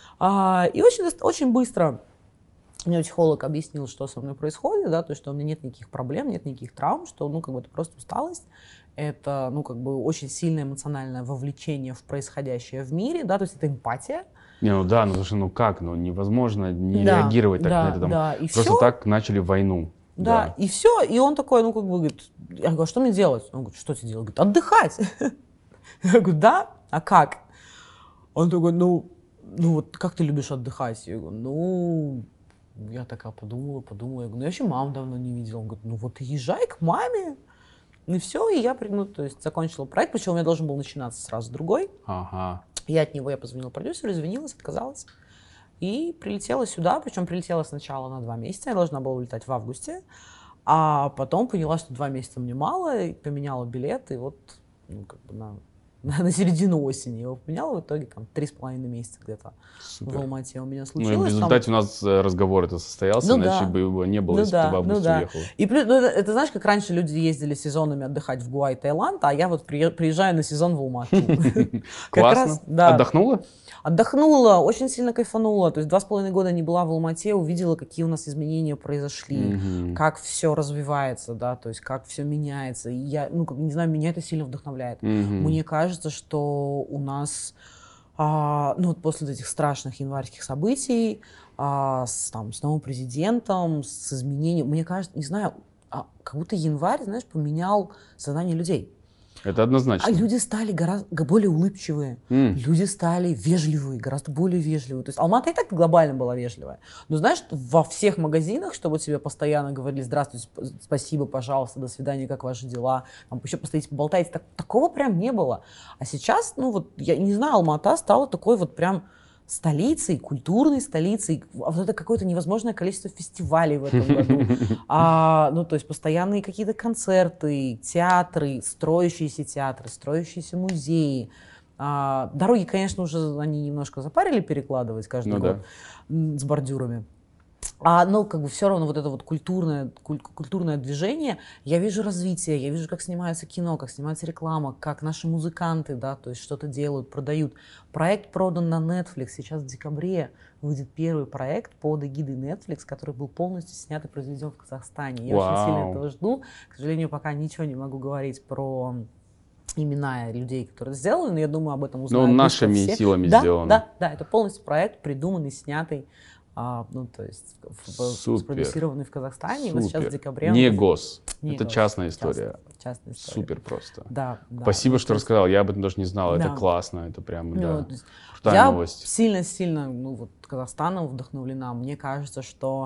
И очень быстро мне психолог объяснил, что со мной происходит, да, то есть, что у меня нет никаких проблем, нет никаких травм, что, ну, как бы, это просто усталость. Это, ну, как бы, очень сильное эмоциональное вовлечение в происходящее в мире, да, то есть это эмпатия. Не, ну да, ну слушай, ну как, ну невозможно не реагировать так на это, там, да, и просто все. так начали войну. Да, и все, и он такой, ну, как бы, говорит, я говорю, что мне делать? Он говорит, что тебе делать? Говорит, отдыхать. Я говорю, да, а как? Он такой, ну, вот как ты любишь отдыхать? Я говорю, ну, я такая подумала, я говорю, ну, я вообще маму давно не видела. Он говорит, ну, вот езжай к маме. И все, и я, ну, то есть, закончила проект, причем у меня должен был начинаться сразу другой. Ага. Я позвонила продюсеру, извинилась, отказалась. И прилетела сюда, причем прилетела сначала на 2 месяца, я должна была улетать в августе, а потом поняла, что 2 месяца мне мало, и поменяла билет, и вот, ну, как бы на середину осени его поменяла, в итоге там 3,5 месяца где-то в Алмате у меня случилось. Ну и в результате у нас разговор это состоялся, иначе бы его не было, если бы ты в августе уехала. И плюс, ну, это знаешь, как раньше люди ездили сезонами отдыхать в Гуай, Таиланд, а я вот приезжаю на сезон в Алмату. Классно. Отдохнула? Отдохнула, очень сильно кайфанула. То есть 2,5 года не была в Алмате, увидела, какие у нас изменения произошли, как все развивается, да, то есть как все меняется. И я, ну, как, не знаю, меня это сильно вдохновляет. Мне кажется, что у нас, ну, вот после этих страшных январских событий, с новым президентом, с изменением, мне кажется, не знаю, как будто январь, знаешь, поменял сознание людей. Это однозначно. А люди стали гораздо более улыбчивые, люди стали вежливые, гораздо более вежливые. То есть Алмата и так глобально была вежливая. Но знаешь, во всех магазинах, чтобы тебе постоянно говорили «Здравствуйте, спасибо, пожалуйста, до свидания, как ваши дела?» Там еще постоите, поболтаете. Такого прям не было. А сейчас, ну вот, я не знаю, Алмата стала такой вот прям столицей, культурной столицей. Вот это какое-то невозможное количество фестивалей в этом году. Ну, то есть постоянные какие-то концерты, театры, строящиеся музеи. Дороги, конечно, уже они немножко запарили перекладывать каждый год с бордюрами. Но как бы все равно вот это вот культурное движение, я вижу развитие, я вижу, как снимается кино, как снимается реклама, как наши музыканты, да, то есть что-то делают, продают. Проект продан на Netflix, сейчас в декабре выйдет первый проект под эгидой Netflix, который был полностью снят и произведен в Казахстане. Я очень сильно этого жду. К сожалению, пока ничего не могу говорить про имена людей, которые сделаны, но я думаю, об этом узнают. Ну, нашими силами сделано. Да, это полностью проект, придуманный, снятый. Ну, то есть спродюсированный в Казахстане. Вот сейчас в декабре. Не гос. Это частная история. Частная история. Супер просто. Да. Спасибо, что рассказал. Я об этом даже не знал. Это классно. Это прям, крутая новость. Я сильно, ну, вот, Казахстаном вдохновлена. Мне кажется, что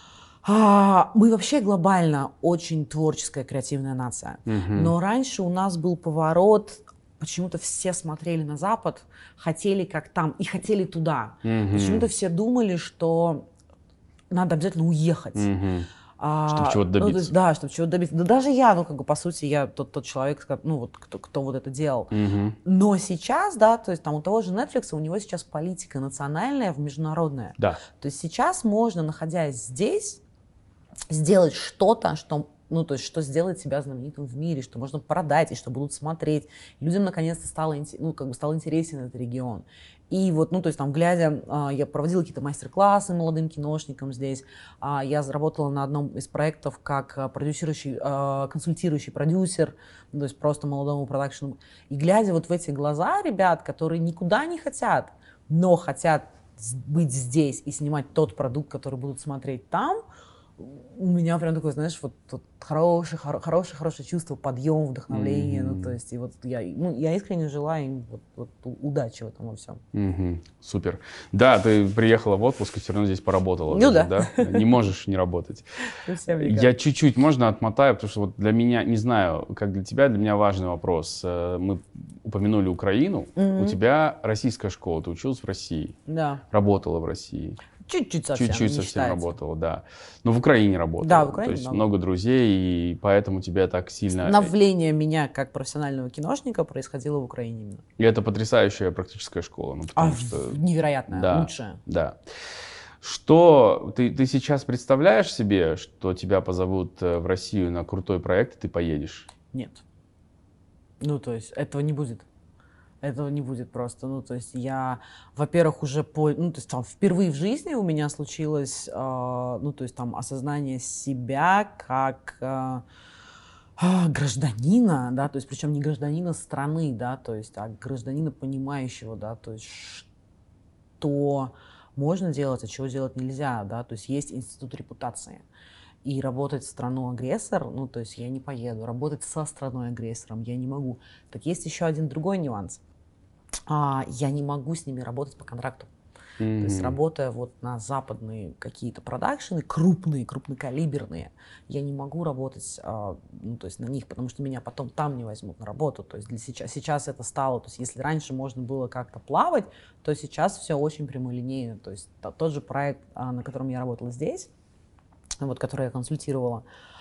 мы вообще глобально очень творческая, креативная нация. Но раньше у нас был поворот. Почему-то все смотрели на Запад, хотели как там, и хотели туда. Почему-то все думали, что надо обязательно уехать. Чтобы чего-то добиться. Да, чтобы чего-то добиться. Да даже я, ну, как бы, по сути, я тот человек, ну, вот, кто вот это делал. Но сейчас, да, то есть там у того же Netflix, у него сейчас политика национальная в международная. Да. То есть сейчас можно, находясь здесь, сделать что-то, что... Ну, то есть, что сделает тебя знаменитым в мире, что можно продать, и что будут смотреть. Людям, наконец-то, стал интересен этот регион. И вот, ну, то есть, там, глядя, я проводила какие-то мастер-классы молодым киношникам здесь. Я заработала на одном из проектов как консультирующий продюсер, то есть, просто молодому продакшену. И глядя вот в эти глаза ребят, которые никуда не хотят, но хотят быть здесь и снимать тот продукт, который будут смотреть там, у меня прям такое, знаешь, вот хорошее чувство, подъем, вдохновление, ну, то есть, и вот я искренне желаю им вот удачи в этом во всем. Супер. Да, ты приехала в отпуск и все равно здесь поработала. Ну даже, да. Не можешь не работать. Совсем никак. Я чуть-чуть, можно отмотаю, потому что вот для меня, не знаю, как для тебя, для меня важный вопрос. Мы упомянули Украину. У тебя российская школа, ты училась в России. Да. Работала в России. Чуть-чуть совсем, Чуть-чуть не совсем считается. работала, да. Но в Украине работала. Да, в Украине То есть много друзей, и поэтому тебя так сильно... Становление меня как профессионального киношника происходило в Украине именно. И это потрясающая практическая школа. Ну, потому что... Невероятная, да, лучшая. Да. Что ты сейчас представляешь себе, что тебя позовут в Россию на крутой проект, и ты поедешь? Нет. Ну, то есть этого не будет. Этого не будет просто. Ну, то есть я, во-первых, уже ну, то есть там впервые в жизни у меня случилось, ну, то есть там осознание себя как гражданина, да, то есть причем не гражданина страны, да, то есть, а гражданина понимающего, да, то есть что можно делать, а чего делать нельзя, да, то есть есть институт репутации. И работать в страну-агрессор, ну, то есть я не поеду. Работать со страной-агрессором я не могу. Так есть еще один другой нюанс. Я не могу с ними работать по контракту. То есть работая вот на западные какие-то продакшены, крупные, крупнокалиберные, я не могу работать ну, то есть на них, потому что меня потом там не возьмут на работу. То есть сейчас это стало, то есть если раньше можно было как-то плавать, то сейчас все очень прямолинейно. То есть тот же проект, на котором я работала здесь, вот, который я консультировала,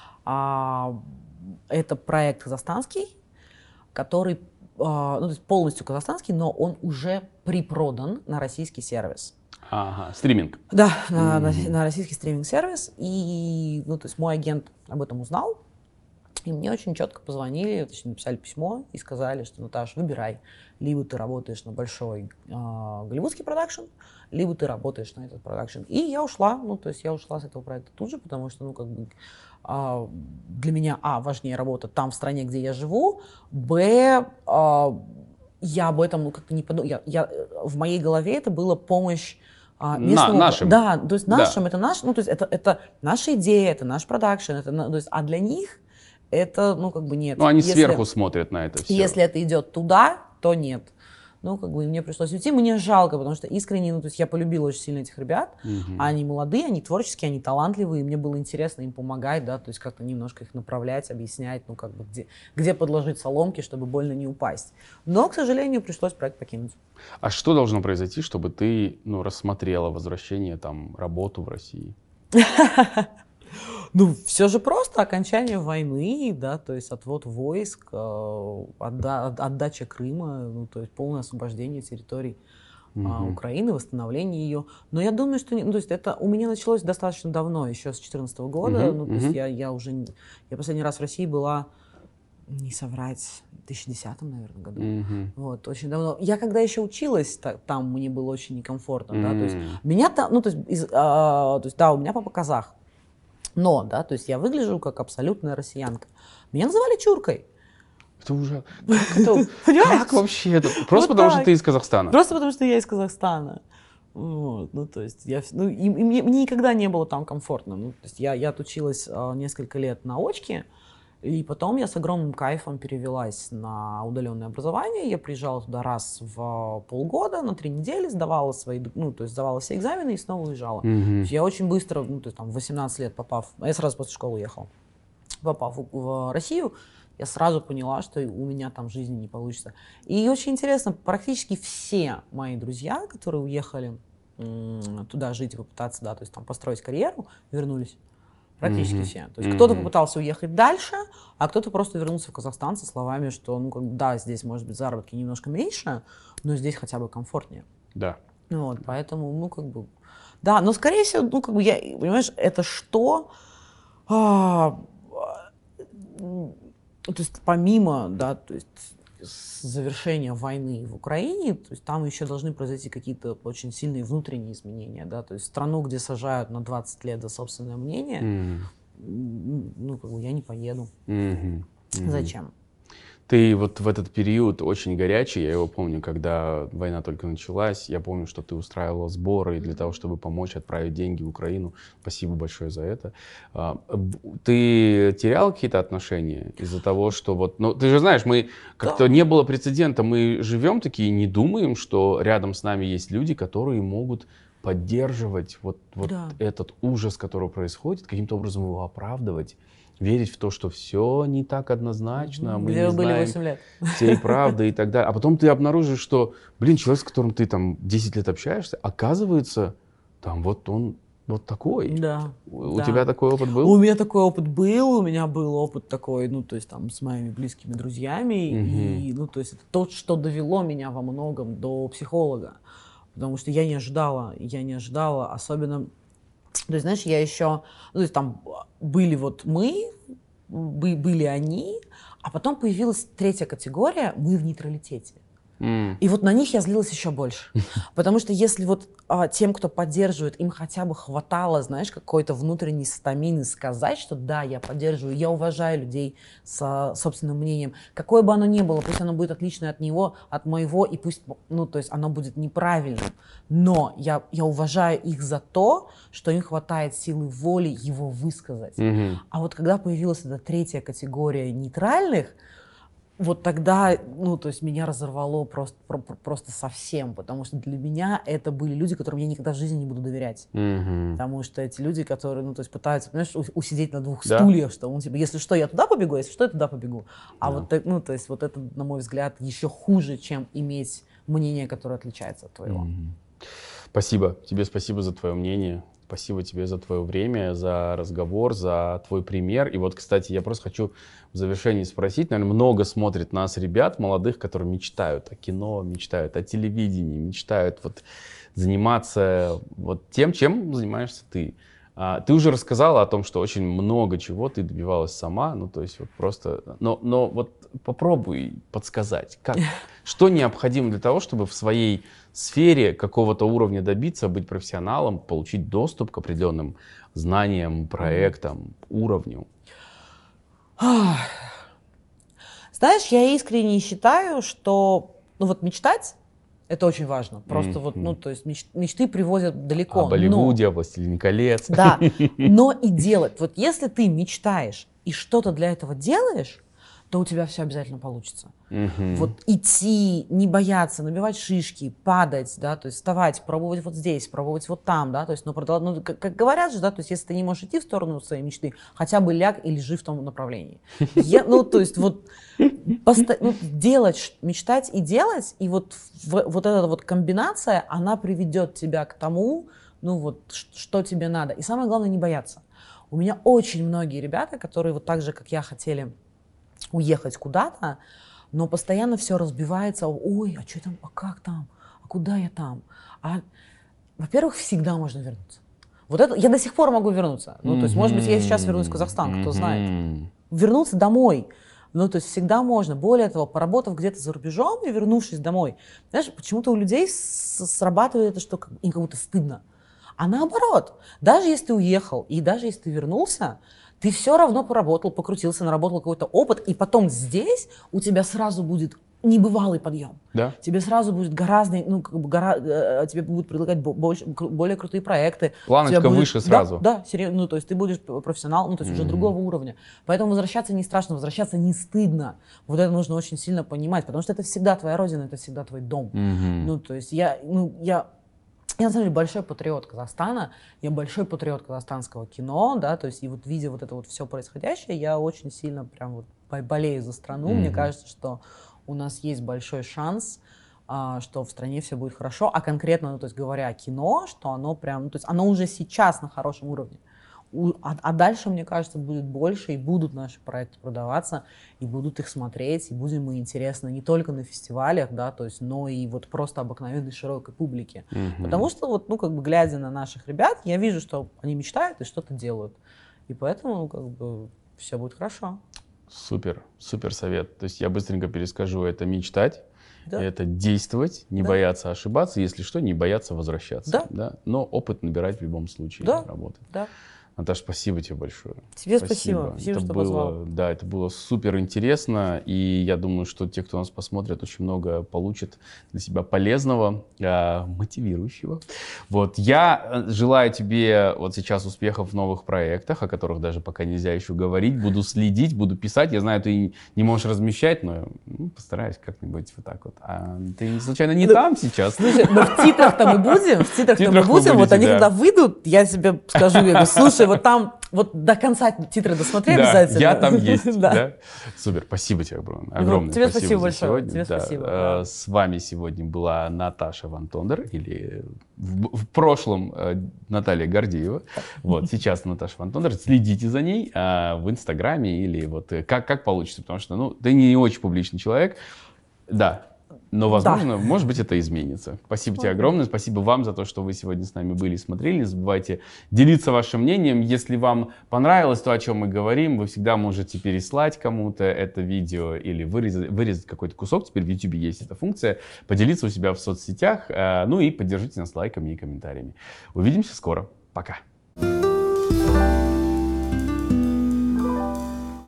это проект казахстанский, который ну, то есть полностью казахстанский, но он уже припродан на российский сервис. Ага, стриминг. Да, на российский стриминг-сервис. И, ну, то есть мой агент об этом узнал, и мне очень четко позвонили, точнее, написали письмо и сказали, что, Наташ, выбирай. Либо ты работаешь на большой голливудский продакшн, либо ты работаешь на этот продакшн. И я ушла, ну, то есть я ушла с этого проекта тут же, потому что, ну, как бы, для меня, важнее работа там, в стране, где я живу, я об этом, ну, как-то не подумала. В моей голове это была помощь местному... Нашим. Да, то есть нашим, да. это наш, ну, то есть это наша идея, это наш продакшн, то есть, а для них это, ну, как бы нет. Ну, они сверху смотрят на это все. Если это идет туда, то нет. Ну, как бы мне пришлось уйти. Мне жалко, потому что искренне, ну, то есть я полюбила очень сильно этих ребят. Они молодые, они творческие, они талантливые. Мне было интересно им помогать, да, то есть как-то немножко их направлять, объяснять, ну, как бы где подложить соломки, чтобы больно не упасть. Но, к сожалению, пришлось проект покинуть. А что должно произойти, чтобы ты, ну, рассмотрела возвращение, там, работу в России? Ну, все же просто окончание войны, да, то есть отвод войск, отдача Крыма, ну, то есть полное освобождение территорий Украины, восстановление ее. Но я думаю, что, ну, то есть это у меня началось достаточно давно, еще с 2014 года. Ну, то есть я последний раз в России была, не соврать, в 2010, наверное, году. Вот, очень давно. Я когда еще училась, там мне было очень некомфортно, да, то есть меня там, ну, то есть, да, у меня папа казах. Но, да, то есть я выгляжу как абсолютная россиянка. Меня называли чуркой. Это уже... Как вообще это? Просто потому, что ты из Казахстана? Просто потому, что я из Казахстана. Вот, ну, то есть, и мне никогда не было там комфортно. Ну, то есть я отучилась несколько лет на очке, и потом я с огромным кайфом перевелась на удаленное образование. Я приезжала туда раз в полгода, на 3 недели, сдавала сдавала все экзамены и снова уезжала. Я очень быстро, ну, то есть там в 18 лет я сразу после школы уехала, попав в Россию, я сразу поняла, что у меня там жизни не получится. И очень интересно, практически все мои друзья, которые уехали туда жить и попытаться, да, то есть там построить карьеру, вернулись. Практически все. То есть кто-то попытался уехать дальше, а кто-то просто вернулся в Казахстан со словами, что, ну, да, здесь, может быть, заработки немножко меньше, но здесь хотя бы комфортнее. Да. Вот, поэтому, ну, как бы, да, но, скорее всего, ну, как бы, понимаешь, это что, то есть помимо, да, то есть завершения войны в Украине, то есть там еще должны произойти какие-то очень сильные внутренние изменения, да, то есть страну, где сажают на 20 лет за собственное мнение, ну, как бы я не поеду. Зачем? Ты вот в этот период очень горячий, я его помню, когда война только началась, я помню, что ты устраивала сборы для того, чтобы помочь отправить деньги в Украину. Спасибо большое за это. Ты терял какие-то отношения из-за того, что вот, ну ты же знаешь, мы как-то не было прецедента, мы живем такие, не думаем, что рядом с нами есть люди, которые могут поддерживать вот этот ужас, который происходит, каким-то образом его оправдывать. Верить в то, что все не так однозначно, мы не знаем всей правды и так далее. А потом ты обнаружишь, что, блин, человек, с которым ты там 10 лет общаешься, оказывается, там вот он вот такой. Да. У тебя такой опыт был? У меня такой опыт был, у меня был опыт такой, ну, то есть там с моими близкими друзьями. И, ну, то есть это то, что довело меня во многом до психолога. Потому что я не ожидала, особенно... То есть, знаешь, я еще, ну, то есть там были вот мы, были они, а потом появилась третья категория, мы в нейтралитете. И вот на них я злилась еще больше. Потому что если вот тем, кто поддерживает, им хотя бы хватало, знаешь, какой-то внутренней стамины сказать, что да, я поддерживаю, я уважаю людей с собственным мнением, какое бы оно ни было, пусть оно будет отличное от него, от моего, и пусть, ну, то есть оно будет неправильным, но я уважаю их за то, что им хватает силы воли его высказать. А вот когда появилась эта третья категория нейтральных, вот тогда, ну, то есть меня разорвало просто совсем, потому что для меня это были люди, которым я никогда в жизни не буду доверять. Потому что эти люди, которые, ну, то есть пытаются, понимаешь, усидеть на двух стульях, что он типа, если что, я туда побегу, если что, я туда побегу. А вот, ну, то есть вот это, на мой взгляд, еще хуже, чем иметь мнение, которое отличается от твоего. Спасибо. Тебе спасибо за твое мнение. Спасибо тебе за твое время, за разговор, за твой пример. И вот, кстати, я просто хочу в завершении спросить, наверное, много смотрит нас ребят молодых, которые мечтают о кино, мечтают о телевидении, мечтают вот заниматься вот тем, чем занимаешься ты. Ты уже рассказала о том, что очень много чего ты добивалась сама, ну то есть вот просто, но вот попробуй подсказать, что необходимо для того, чтобы в своей сфере какого-то уровня добиться, быть профессионалом, получить доступ к определенным знаниям, проектам, уровню. Знаешь, я искренне считаю, что, ну вот мечтать это очень важно. Просто вот, ну, то есть мечты приводят далеко. О Болливуде, о «Властелине колец». Да, но и делать. Вот если ты мечтаешь и что-то для этого делаешь, то у тебя все обязательно получится. Вот идти, не бояться, набивать шишки, падать, да, то есть вставать, пробовать вот здесь, пробовать вот там, да, то есть, ну, как говорят же, да, то есть если ты не можешь идти в сторону своей мечты, хотя бы ляг и лежи в том направлении. Ну, то есть вот делать, мечтать и делать, и вот эта вот комбинация, она приведет тебя к тому, ну, вот, что тебе надо. И самое главное, не бояться. У меня очень многие ребята, которые вот так же, как я, хотели уехать куда-то, но постоянно все разбивается. Ой, а что там, а как там, а куда я там? Во-первых, всегда можно вернуться. Вот это я до сих пор могу вернуться. Ну, то есть, может быть, я сейчас вернусь в Казахстан, кто знает. Вернуться домой. Ну, то есть всегда можно. Более того, поработав где-то за рубежом и вернувшись домой, знаешь, почему-то у людей срабатывает это, что им как будто стыдно. А наоборот, даже если ты уехал и даже если ты вернулся, ты все равно поработал, покрутился, наработал какой-то опыт, и потом здесь у тебя сразу будет небывалый подъем. Да? Тебе сразу будет гораздо, ну, как бы тебе будут предлагать более крутые проекты. Планочка выше сразу. Да, серьезно, ну, то есть ты будешь профессионал, ну, то есть уже другого уровня. Поэтому возвращаться не страшно, возвращаться не стыдно. Вот это нужно очень сильно понимать, потому что это всегда твоя родина, это всегда твой дом. Ну, то есть я на самом деле большой патриот Казахстана, я большой патриот казахстанского кино, да, то есть и вот видя вот это вот все происходящее, я очень сильно прям вот болею за страну. Мне кажется, что у нас есть большой шанс, что в стране все будет хорошо, а конкретно, ну, то есть говоря о кино, что оно прям, ну, то есть оно уже сейчас на хорошем уровне. А дальше, мне кажется, будет больше, и будут наши проекты продаваться, и будут их смотреть, и будем мы интересны не только на фестивалях, да, то есть, но и вот просто обыкновенной широкой публике. Потому что вот, ну, как бы, глядя на наших ребят, я вижу, что они мечтают и что-то делают. И поэтому, ну, как бы, все будет хорошо. Супер, супер совет. То есть я быстренько перескажу: это мечтать, да. Это действовать, не бояться ошибаться, если что, не бояться возвращаться. Да. Да? Но опыт набирать в любом случае, да. работать. Да. Наташ, спасибо тебе большое. Тебе спасибо, что позвал. Да, это было супер интересно, и я думаю, что те, кто нас посмотрит, очень много получат для себя полезного, мотивирующего. Вот, я желаю тебе вот сейчас успехов в новых проектах, о которых даже пока нельзя еще говорить. Буду следить, буду писать. Я знаю, ты не можешь размещать, но постараюсь как-нибудь вот так вот. А ты случайно не там сейчас? Слушай, но в титрах-то мы будем, вот они когда выйдут, я тебе скажу, я говорю, слушай, вот там, вот до конца титры досмотри обязательно. Я там есть, да. Супер, спасибо тебе огромное. Тебе спасибо большое. Тебе спасибо. С вами сегодня была Наташа Вантондер, или в прошлом Наталья Гордеева. Вот, сейчас Наташа Вантондер. Следите за ней в Инстаграме или вот как получится, потому что, ты не очень публичный человек. Да. Но, возможно, может быть, это изменится. Спасибо тебе огромное. Спасибо вам за то, что вы сегодня с нами были и смотрели. Не забывайте делиться вашим мнением. Если вам понравилось то, о чем мы говорим, вы всегда можете переслать кому-то это видео или вырезать какой-то кусок. Теперь в YouTube есть эта функция. Поделиться у себя в соцсетях. Ну и поддержите нас лайками и комментариями. Увидимся скоро. Пока.